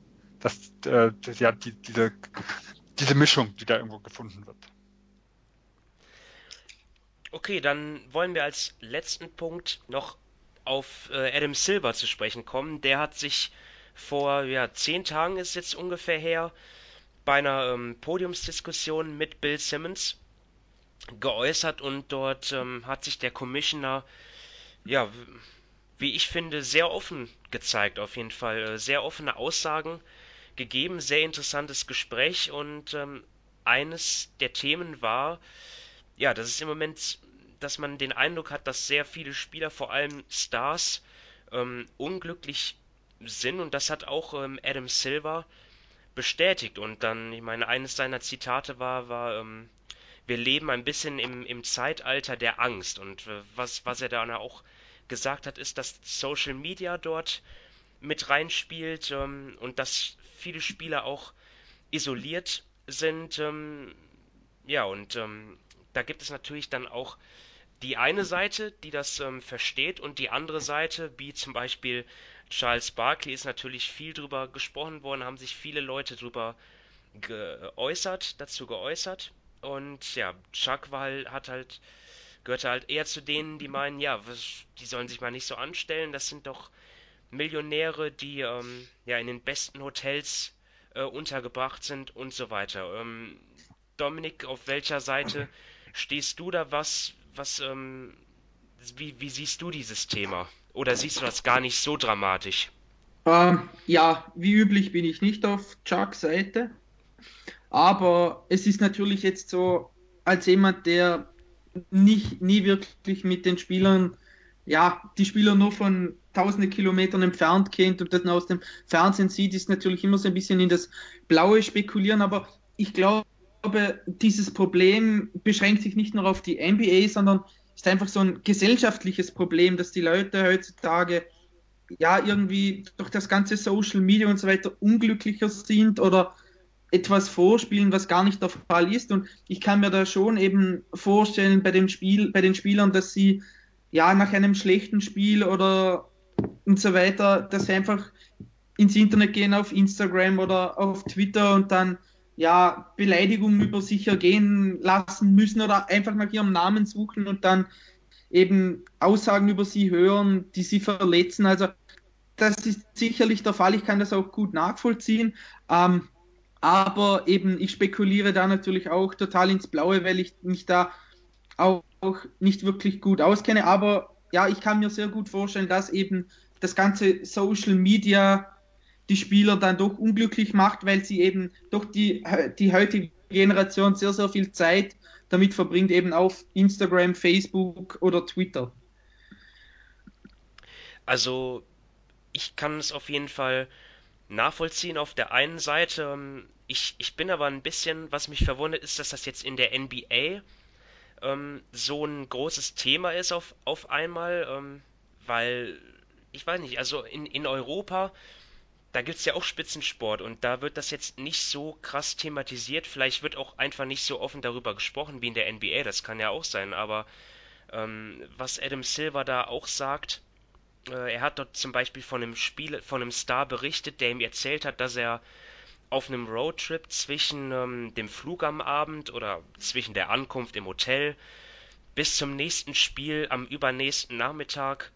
Speaker 2: diese Mischung, die da irgendwo gefunden wird.
Speaker 1: okay, dann wollen wir als letzten Punkt noch auf Adam Silver zu sprechen kommen. Der hat sich vor 10 Tagen, ist jetzt ungefähr her, bei einer Podiumsdiskussion mit Bill Simmons geäußert und dort hat sich der Commissioner, ja, wie ich finde, sehr offen gezeigt, auf jeden Fall. Sehr offene Aussagen gegeben, sehr interessantes Gespräch und eines der Themen war, ja, dass es im Moment, dass man den Eindruck hat, dass sehr viele Spieler, vor allem Stars, unglücklich sind und das hat auch Adam Silver bestätigt und dann, ich meine, eines seiner Zitate war wir leben ein bisschen im Zeitalter der Angst und was er da auch gesagt hat, ist, dass Social Media dort mit reinspielt und dass viele Spieler auch isoliert sind, ja, und da gibt es natürlich dann auch die eine Seite, die das versteht und die andere Seite, wie zum Beispiel Charles Barkley, ist natürlich viel drüber gesprochen worden, haben sich viele Leute dazu geäußert und ja, Chuck gehörte halt eher zu denen, die meinen, ja, die sollen sich mal nicht so anstellen, das sind doch Millionäre, die ja in den besten Hotels untergebracht sind und so weiter. Dominik, auf welcher Seite stehst du da? Wie siehst du dieses Thema? Oder siehst du das gar nicht so dramatisch?
Speaker 3: Ja, wie üblich bin ich nicht auf Chucks Seite, aber es ist natürlich jetzt so, als jemand, der nie wirklich mit den Spielern, ja, die Spieler nur von tausende Kilometern entfernt kennt und das aus dem Fernsehen sieht, ist natürlich immer so ein bisschen in das Blaue spekulieren, aber ich glaube, dieses Problem beschränkt sich nicht nur auf die NBA, sondern ist einfach so ein gesellschaftliches Problem, dass die Leute heutzutage ja irgendwie durch das ganze Social Media und so weiter unglücklicher sind oder etwas vorspielen, was gar nicht der Fall ist. Und ich kann mir da schon eben vorstellen bei den Spielern, dass sie ja nach einem schlechten Spiel oder und so weiter, dass sie einfach ins Internet gehen, auf Instagram oder auf Twitter und dann ja Beleidigungen über sich ergehen lassen müssen oder einfach nach ihrem Namen suchen und dann eben Aussagen über sie hören, die sie verletzen. Also das ist sicherlich der Fall, ich kann das auch gut nachvollziehen, aber eben ich spekuliere da natürlich auch total ins Blaue, weil ich mich da auch nicht wirklich gut auskenne, aber ja, ich kann mir sehr gut vorstellen, dass eben das ganze Social Media die Spieler dann doch unglücklich macht, weil sie eben doch die heutige Generation sehr, sehr viel Zeit damit verbringt, eben auf Instagram, Facebook oder Twitter.
Speaker 1: Also ich kann es auf jeden Fall nachvollziehen auf der einen Seite. Ich bin aber ein bisschen, was mich verwundert, ist, dass das jetzt in der NBA so ein großes Thema ist auf einmal, weil, ich weiß nicht, also in Europa, da gibt es ja auch Spitzensport und da wird das jetzt nicht so krass thematisiert. Vielleicht wird auch einfach nicht so offen darüber gesprochen wie in der NBA, das kann ja auch sein, aber was Adam Silver da auch sagt, er hat dort zum Beispiel von einem Star berichtet, der ihm erzählt hat, dass er auf einem Roadtrip zwischen dem Flug am Abend oder zwischen der Ankunft im Hotel bis zum nächsten Spiel am übernächsten Nachmittag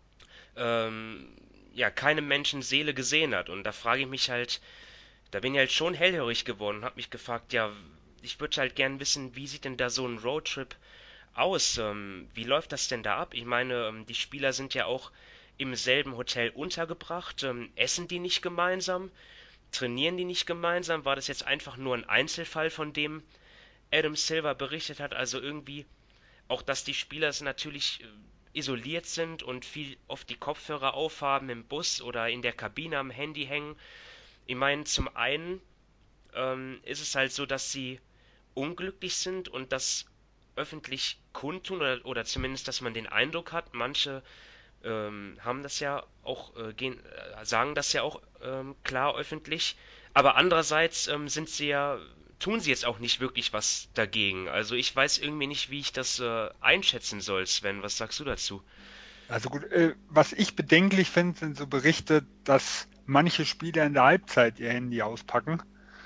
Speaker 1: ähm, ja keine Menschenseele gesehen hat. Und da frage ich mich halt, da bin ich halt schon hellhörig geworden und habe mich gefragt, ja, ich würde halt gern wissen, wie sieht denn da so ein Roadtrip aus? Wie läuft das denn da ab? Ich meine, die Spieler sind ja auch im selben Hotel untergebracht. Essen die nicht gemeinsam? Trainieren die nicht gemeinsam? War das jetzt einfach nur ein Einzelfall, von dem Adam Silver berichtet hat? Also irgendwie auch, dass die Spieler natürlich isoliert sind und viel oft die Kopfhörer aufhaben im Bus oder in der Kabine am Handy hängen. Ich meine, zum einen ist es halt so, dass sie unglücklich sind und das öffentlich kundtun oder zumindest, dass man den Eindruck hat, manche haben das ja auch, sagen das ja auch klar öffentlich, aber andererseits tun sie jetzt auch nicht wirklich was dagegen. Also ich weiß irgendwie nicht, wie ich das einschätzen soll, Sven. Was sagst du dazu?
Speaker 2: Also gut, was ich bedenklich finde, sind so Berichte, dass manche Spieler in der Halbzeit ihr Handy auspacken.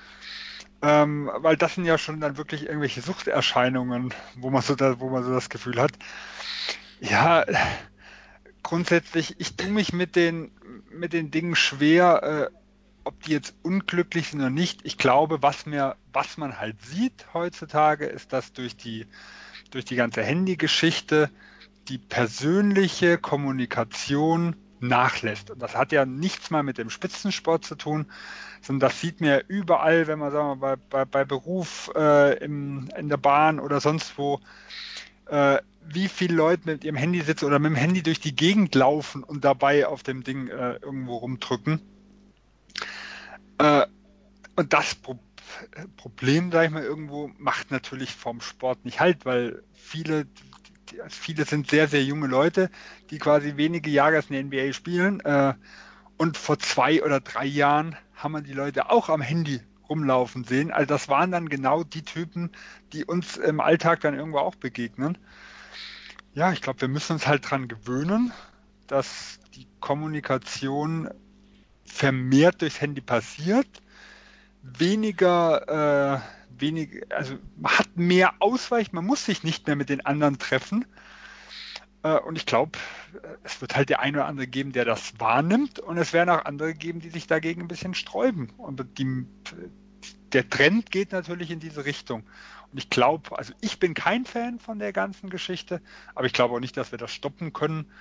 Speaker 2: Weil das sind ja schon dann wirklich irgendwelche Suchterscheinungen, wo man so das Gefühl hat. Ja, grundsätzlich, ich tue mich mit den Dingen schwer, ob die jetzt unglücklich sind oder nicht. Ich glaube, was man halt sieht heutzutage, ist, dass durch die ganze Handy-Geschichte die persönliche Kommunikation nachlässt. Und das hat ja nichts mal mit dem Spitzensport zu tun, sondern das sieht man ja überall, wenn man, sagen wir, bei Beruf, in der Bahn oder sonst wo, wie viele Leute mit ihrem Handy sitzen oder mit dem Handy durch die Gegend laufen und dabei auf dem Ding irgendwo rumdrücken. Äh, und das Problem, sag ich mal, irgendwo macht natürlich vom Sport nicht halt, weil viele sind sehr, sehr junge Leute, die quasi wenige Jahre in der NBA spielen. Und vor 2 oder 3 Jahren haben wir die Leute auch am Handy rumlaufen sehen. Also das waren dann genau die Typen, die uns im Alltag dann irgendwo auch begegnen. Ja, ich glaube, wir müssen uns halt dran gewöhnen, dass die Kommunikation vermehrt durchs Handy passiert. Also man hat mehr Ausweich, man muss sich nicht mehr mit den anderen treffen. Und ich glaube, es wird halt der eine oder andere geben, der das wahrnimmt, und es werden auch andere geben, die sich dagegen ein bisschen sträuben. Und der Trend geht natürlich in diese Richtung. Und ich glaube, also ich bin kein Fan von der ganzen Geschichte, aber ich glaube auch nicht, dass wir das stoppen können.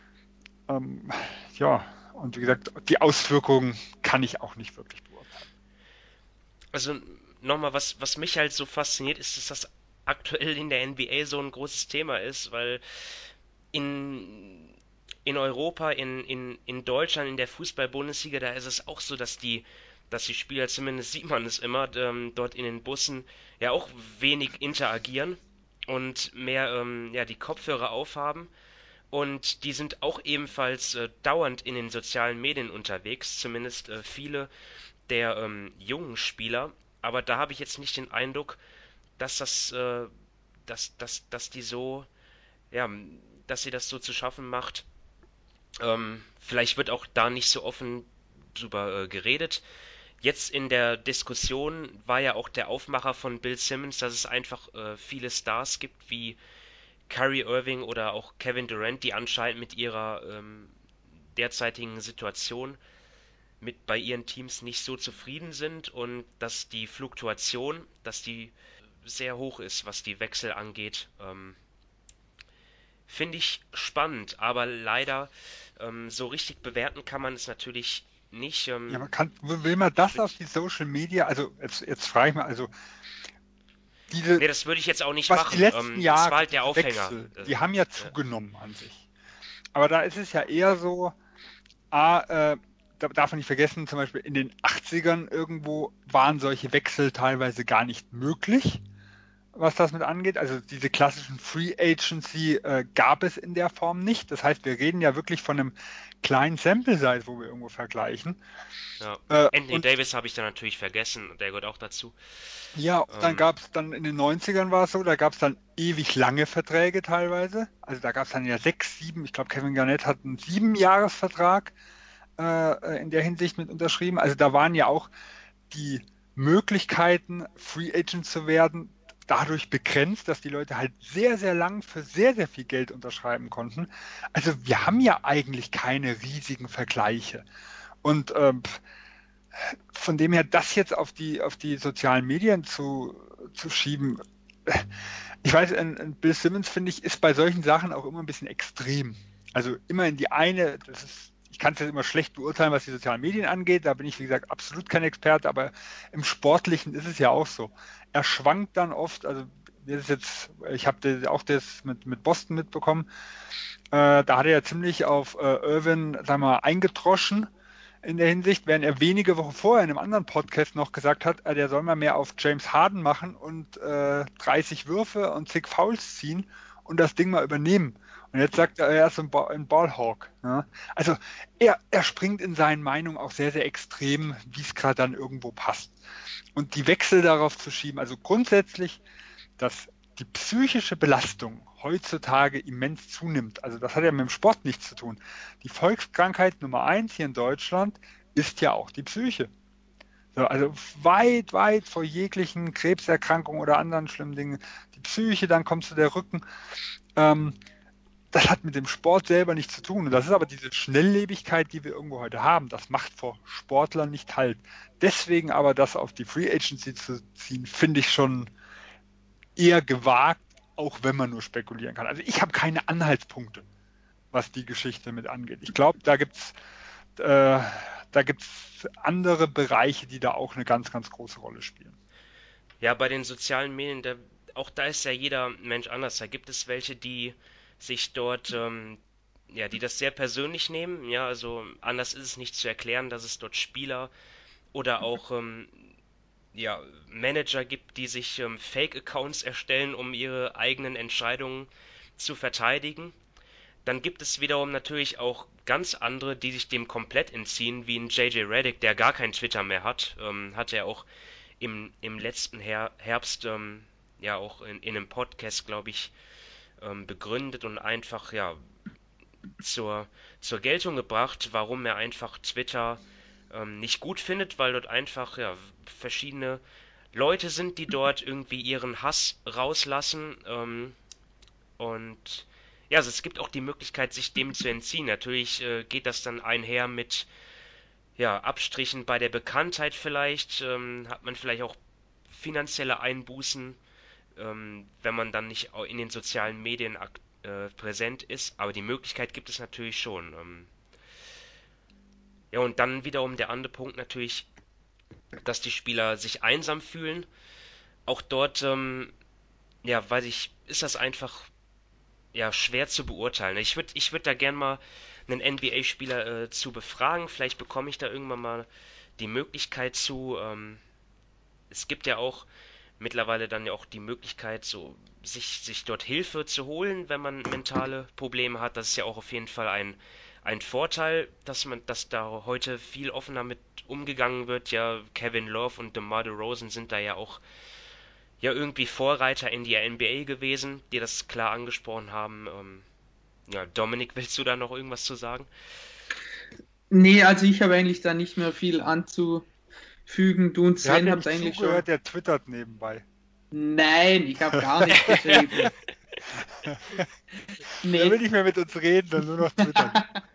Speaker 2: Ja, und wie gesagt, die Auswirkungen kann ich auch nicht wirklich beurteilen.
Speaker 1: Also nochmal, was mich halt so fasziniert, ist, dass das aktuell in der NBA so ein großes Thema ist, weil in, in Europa, in Deutschland, in der Fußball-Bundesliga, da ist es auch so, dass die Spieler, zumindest sieht man es immer, dort in den Bussen ja auch wenig interagieren und mehr ja, die Kopfhörer aufhaben. Und die sind auch ebenfalls dauernd in den sozialen Medien unterwegs, zumindest viele der jungen Spieler. Aber da habe ich jetzt nicht den Eindruck, dass dass die so, ja, dass sie das so zu schaffen macht. Vielleicht wird auch da nicht so offen drüber geredet. Jetzt in der Diskussion war ja auch der Aufmacher von Bill Simmons, dass es einfach viele Stars gibt wie Kyrie Irving oder auch Kevin Durant, die anscheinend mit ihrer derzeitigen Situation bei ihren Teams nicht so zufrieden sind und dass die Fluktuation, dass die sehr hoch ist, was die Wechsel angeht. Finde ich spannend, aber leider so richtig bewerten kann man es natürlich nicht.
Speaker 2: Ja, will man das auf die Social Media, also jetzt frage ich mal, also
Speaker 1: nee, das würde ich jetzt auch nicht
Speaker 2: was
Speaker 1: machen.
Speaker 2: die letzten Jahre,
Speaker 1: das war halt der Aufhänger.
Speaker 2: Wechsel, die haben ja zugenommen an sich. Aber da ist es ja eher so, da darf man nicht vergessen, zum Beispiel in den 80ern irgendwo waren solche Wechsel teilweise gar nicht möglich, was das mit angeht. Also diese klassischen Free Agency gab es in der Form nicht. Das heißt, wir reden ja wirklich von einem kleinen Sample Size, wo wir irgendwo vergleichen.
Speaker 1: Ja. Anthony Davis habe ich dann natürlich vergessen, der gehört auch dazu.
Speaker 2: Ja, und dann gab es dann in den 90ern war es so, da gab es dann ewig lange Verträge teilweise. Also da gab es dann ja 6, 7, ich glaube Kevin Garnett hat einen 7-Jahres-Vertrag in der Hinsicht mit unterschrieben. Also da waren ja auch die Möglichkeiten, Free Agent zu werden, dadurch begrenzt, dass die Leute halt sehr, sehr lang für sehr, sehr viel Geld unterschreiben konnten. Also wir haben ja eigentlich keine riesigen Vergleiche. Und von dem her, das jetzt auf die sozialen Medien zu schieben, ich weiß, Bill Simmons, finde ich, ist bei solchen Sachen auch immer ein bisschen extrem. Also immer in die eine, ich kann es jetzt immer schlecht beurteilen, was die sozialen Medien angeht, da bin ich, wie gesagt, absolut kein Experte, aber im Sportlichen ist es ja auch so. Er schwankt dann oft, also ich habe auch das mit Boston mitbekommen, da hat er ja ziemlich auf Irvin, sagen wir mal, eingedroschen in der Hinsicht, während er wenige Wochen vorher in einem anderen Podcast noch gesagt hat, der soll mal mehr auf James Harden machen und 30 Würfe und zig Fouls ziehen und das Ding mal übernehmen. Und jetzt sagt er ist ein Ballhawk. Ja? Also er springt in seinen Meinungen auch sehr, sehr extrem, wie es gerade dann irgendwo passt. Und die Wechsel darauf zu schieben, also grundsätzlich, dass die psychische Belastung heutzutage immens zunimmt. Also das hat ja mit dem Sport nichts zu tun. Die Volkskrankheit Nummer 1 hier in Deutschland ist ja auch die Psyche. So, also weit, weit vor jeglichen Krebserkrankungen oder anderen schlimmen Dingen. Die Psyche, dann kommt zu der Rücken. Das hat mit dem Sport selber nichts zu tun. Und das ist aber diese Schnelllebigkeit, die wir irgendwo heute haben. Das macht vor Sportlern nicht Halt. Deswegen aber das auf die Free Agency zu ziehen, finde ich schon eher gewagt, auch wenn man nur spekulieren kann. Also ich habe keine Anhaltspunkte, was die Geschichte mit angeht. Ich glaube, da gibt's andere Bereiche, die da auch eine ganz, ganz große Rolle spielen.
Speaker 1: Ja, bei den sozialen Medien, auch da ist ja jeder Mensch anders. Da gibt es welche, die sich dort, die das sehr persönlich nehmen. Ja, also anders ist es nicht zu erklären, dass es dort Spieler oder auch Manager gibt, die sich Fake-Accounts erstellen, um ihre eigenen Entscheidungen zu verteidigen. Dann gibt es wiederum natürlich auch ganz andere, die sich dem komplett entziehen, wie ein JJ Redick, der gar kein Twitter mehr hat. Hat er auch im letzten Herbst auch in einem Podcast, glaube ich, begründet und einfach zur Geltung gebracht, warum er einfach Twitter nicht gut findet, weil dort einfach verschiedene Leute sind, die dort irgendwie ihren Hass rauslassen und also es gibt auch die Möglichkeit, sich dem zu entziehen. Natürlich geht das dann einher mit Abstrichen bei der Bekanntheit vielleicht, hat man vielleicht auch finanzielle Einbußen, wenn man dann nicht in den sozialen Medien präsent ist, aber die Möglichkeit gibt es natürlich schon. Und dann wiederum der andere Punkt natürlich, dass die Spieler sich einsam fühlen. Auch dort, ist das einfach schwer zu beurteilen. Ich würd da gern mal einen NBA-Spieler zu befragen. Vielleicht bekomme ich da irgendwann mal die Möglichkeit zu. Es gibt ja auch mittlerweile dann ja auch die Möglichkeit, so sich dort Hilfe zu holen, wenn man mentale Probleme hat. Das ist ja auch auf jeden Fall ein Vorteil, dass da heute viel offener mit umgegangen wird. Ja, Kevin Love und DeMar DeRozan sind da ja auch irgendwie Vorreiter in die NBA gewesen, die das klar angesprochen haben. Dominik, willst du da noch irgendwas zu sagen?
Speaker 3: Nee, also ich habe eigentlich da nicht mehr viel anzufügen. Du und Sven habt eigentlich schon...
Speaker 2: Der twittert nebenbei.
Speaker 3: Nein, ich habe gar nicht geschrieben.
Speaker 2: Der will nicht mehr mit uns reden, dann nur noch twittern.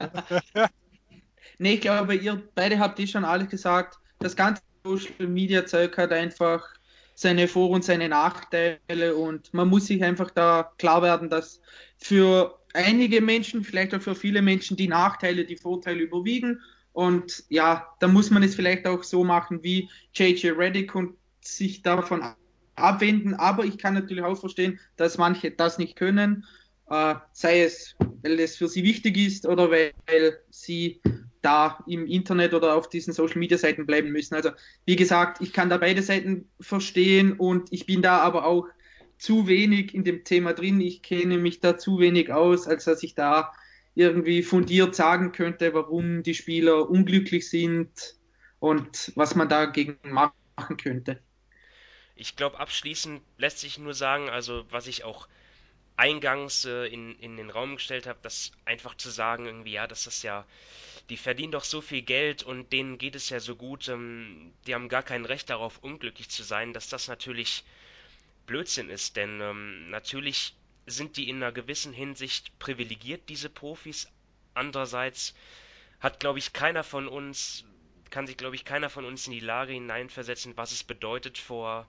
Speaker 3: Nee, ich glaube, ihr beide habt schon alles gesagt. Das ganze Social Media Zeug hat einfach seine Vor- und seine Nachteile und man muss sich einfach da klar werden, dass für einige Menschen, vielleicht auch für viele Menschen, die Nachteile, die Vorteile überwiegen Und ja, da muss man es vielleicht auch so machen wie J.J. Redick und sich davon abwenden. Aber ich kann natürlich auch verstehen, dass manche das nicht können, sei es, weil es für sie wichtig ist oder weil sie da im Internet oder auf diesen Social-Media-Seiten bleiben müssen. Also wie gesagt, ich kann da beide Seiten verstehen und ich bin da aber auch zu wenig in dem Thema drin. Ich kenne mich da zu wenig aus, als dass ich da irgendwie fundiert sagen könnte, warum die Spieler unglücklich sind und was man dagegen machen könnte.
Speaker 1: Ich glaube, abschließend lässt sich nur sagen, also was ich auch eingangs in den Raum gestellt habe, dass einfach zu sagen, irgendwie, ja, das ist ja, die verdienen doch so viel Geld und denen geht es ja so gut, die haben gar kein Recht darauf, unglücklich zu sein, dass das natürlich Blödsinn ist, denn natürlich sind die in einer gewissen Hinsicht privilegiert, diese Profis. Andererseits hat, glaube ich, kann sich, glaube ich, keiner von uns in die Lage hineinversetzen, was es bedeutet,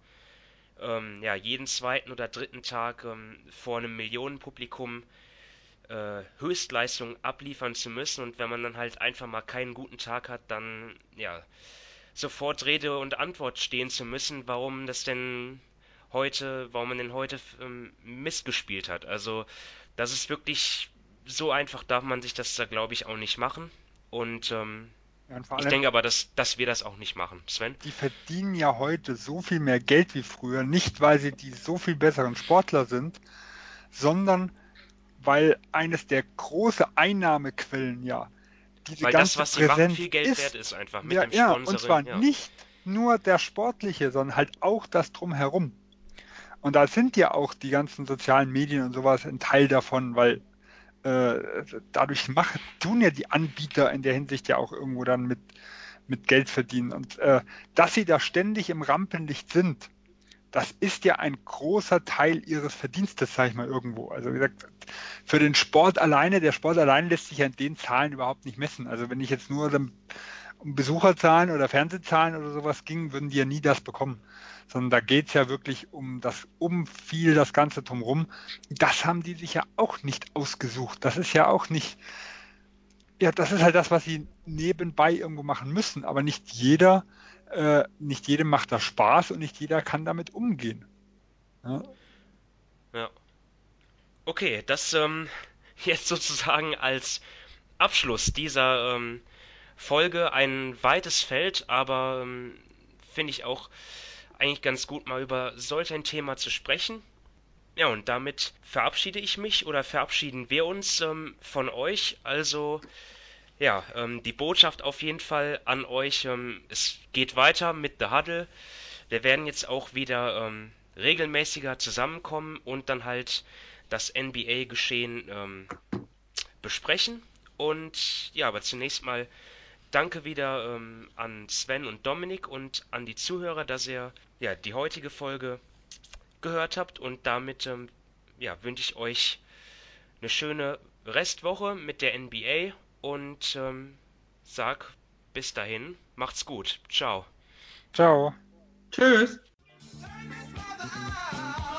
Speaker 1: ja, jeden zweiten oder dritten Tag vor einem Millionenpublikum Höchstleistung abliefern zu müssen, und wenn man dann halt einfach mal keinen guten Tag hat, dann ja sofort Rede und Antwort stehen zu müssen, warum man denn heute Mist gespielt hat. Also das ist wirklich so einfach, darf man sich das da, glaube ich, auch nicht machen. Und
Speaker 2: Ja, und vor
Speaker 1: ich
Speaker 2: allem,
Speaker 1: denke aber, dass wir das auch nicht machen. Sven?
Speaker 2: die verdienen ja heute so viel mehr Geld wie früher, nicht weil sie die so viel besseren Sportler sind, sondern weil eines der großen Einnahmequellen ja diese
Speaker 1: Weil das,
Speaker 2: ganze
Speaker 1: was sie machen,
Speaker 2: Präsenz
Speaker 1: viel Geld wert
Speaker 2: ist.
Speaker 1: ist einfach mit
Speaker 2: Ja,
Speaker 1: dem
Speaker 2: ja, und zwar
Speaker 1: Sponsoring, ja.
Speaker 2: nicht nur der Sportliche, sondern halt auch das Drumherum. Und da sind ja auch die ganzen sozialen Medien und sowas ein Teil davon, weil dadurch tun ja die Anbieter in der Hinsicht ja auch irgendwo dann mit Geld verdienen. Und dass sie da ständig im Rampenlicht sind, das ist ja ein großer Teil ihres Verdienstes, sage ich mal irgendwo. Also wie gesagt, für den Sport alleine, der Sport allein lässt sich ja in den Zahlen überhaupt nicht messen. Also wenn ich jetzt nur um Besucherzahlen oder Fernsehzahlen oder sowas ging, würden die ja nie das bekommen. Sondern da geht es ja wirklich um das Umfiel, das Ganze drumherum. Das haben die sich ja auch nicht ausgesucht. Das ist ja auch nicht, ja, das ist halt das, was sie nebenbei irgendwo machen müssen. Aber nicht jedem macht das Spaß und nicht jeder kann damit umgehen. Ja,
Speaker 1: Ja. Okay, das jetzt sozusagen als Abschluss dieser Folge ein weites Feld, aber finde ich auch eigentlich ganz gut, mal über solch ein Thema zu sprechen. Ja, und damit verabschiede ich mich oder verabschieden wir uns von euch. Also, ja, die Botschaft auf jeden Fall an euch. Es geht weiter mit The Huddle. Wir werden jetzt auch wieder regelmäßiger zusammenkommen und dann halt das NBA-Geschehen besprechen. Und ja, aber zunächst mal danke wieder an Sven und Dominik und an die Zuhörer, dass ihr ja die heutige Folge gehört habt, und damit ja, wünsche ich euch eine schöne Restwoche mit der NBA und sag bis dahin, macht's gut. Ciao.
Speaker 2: ciao.
Speaker 3: Tschüss.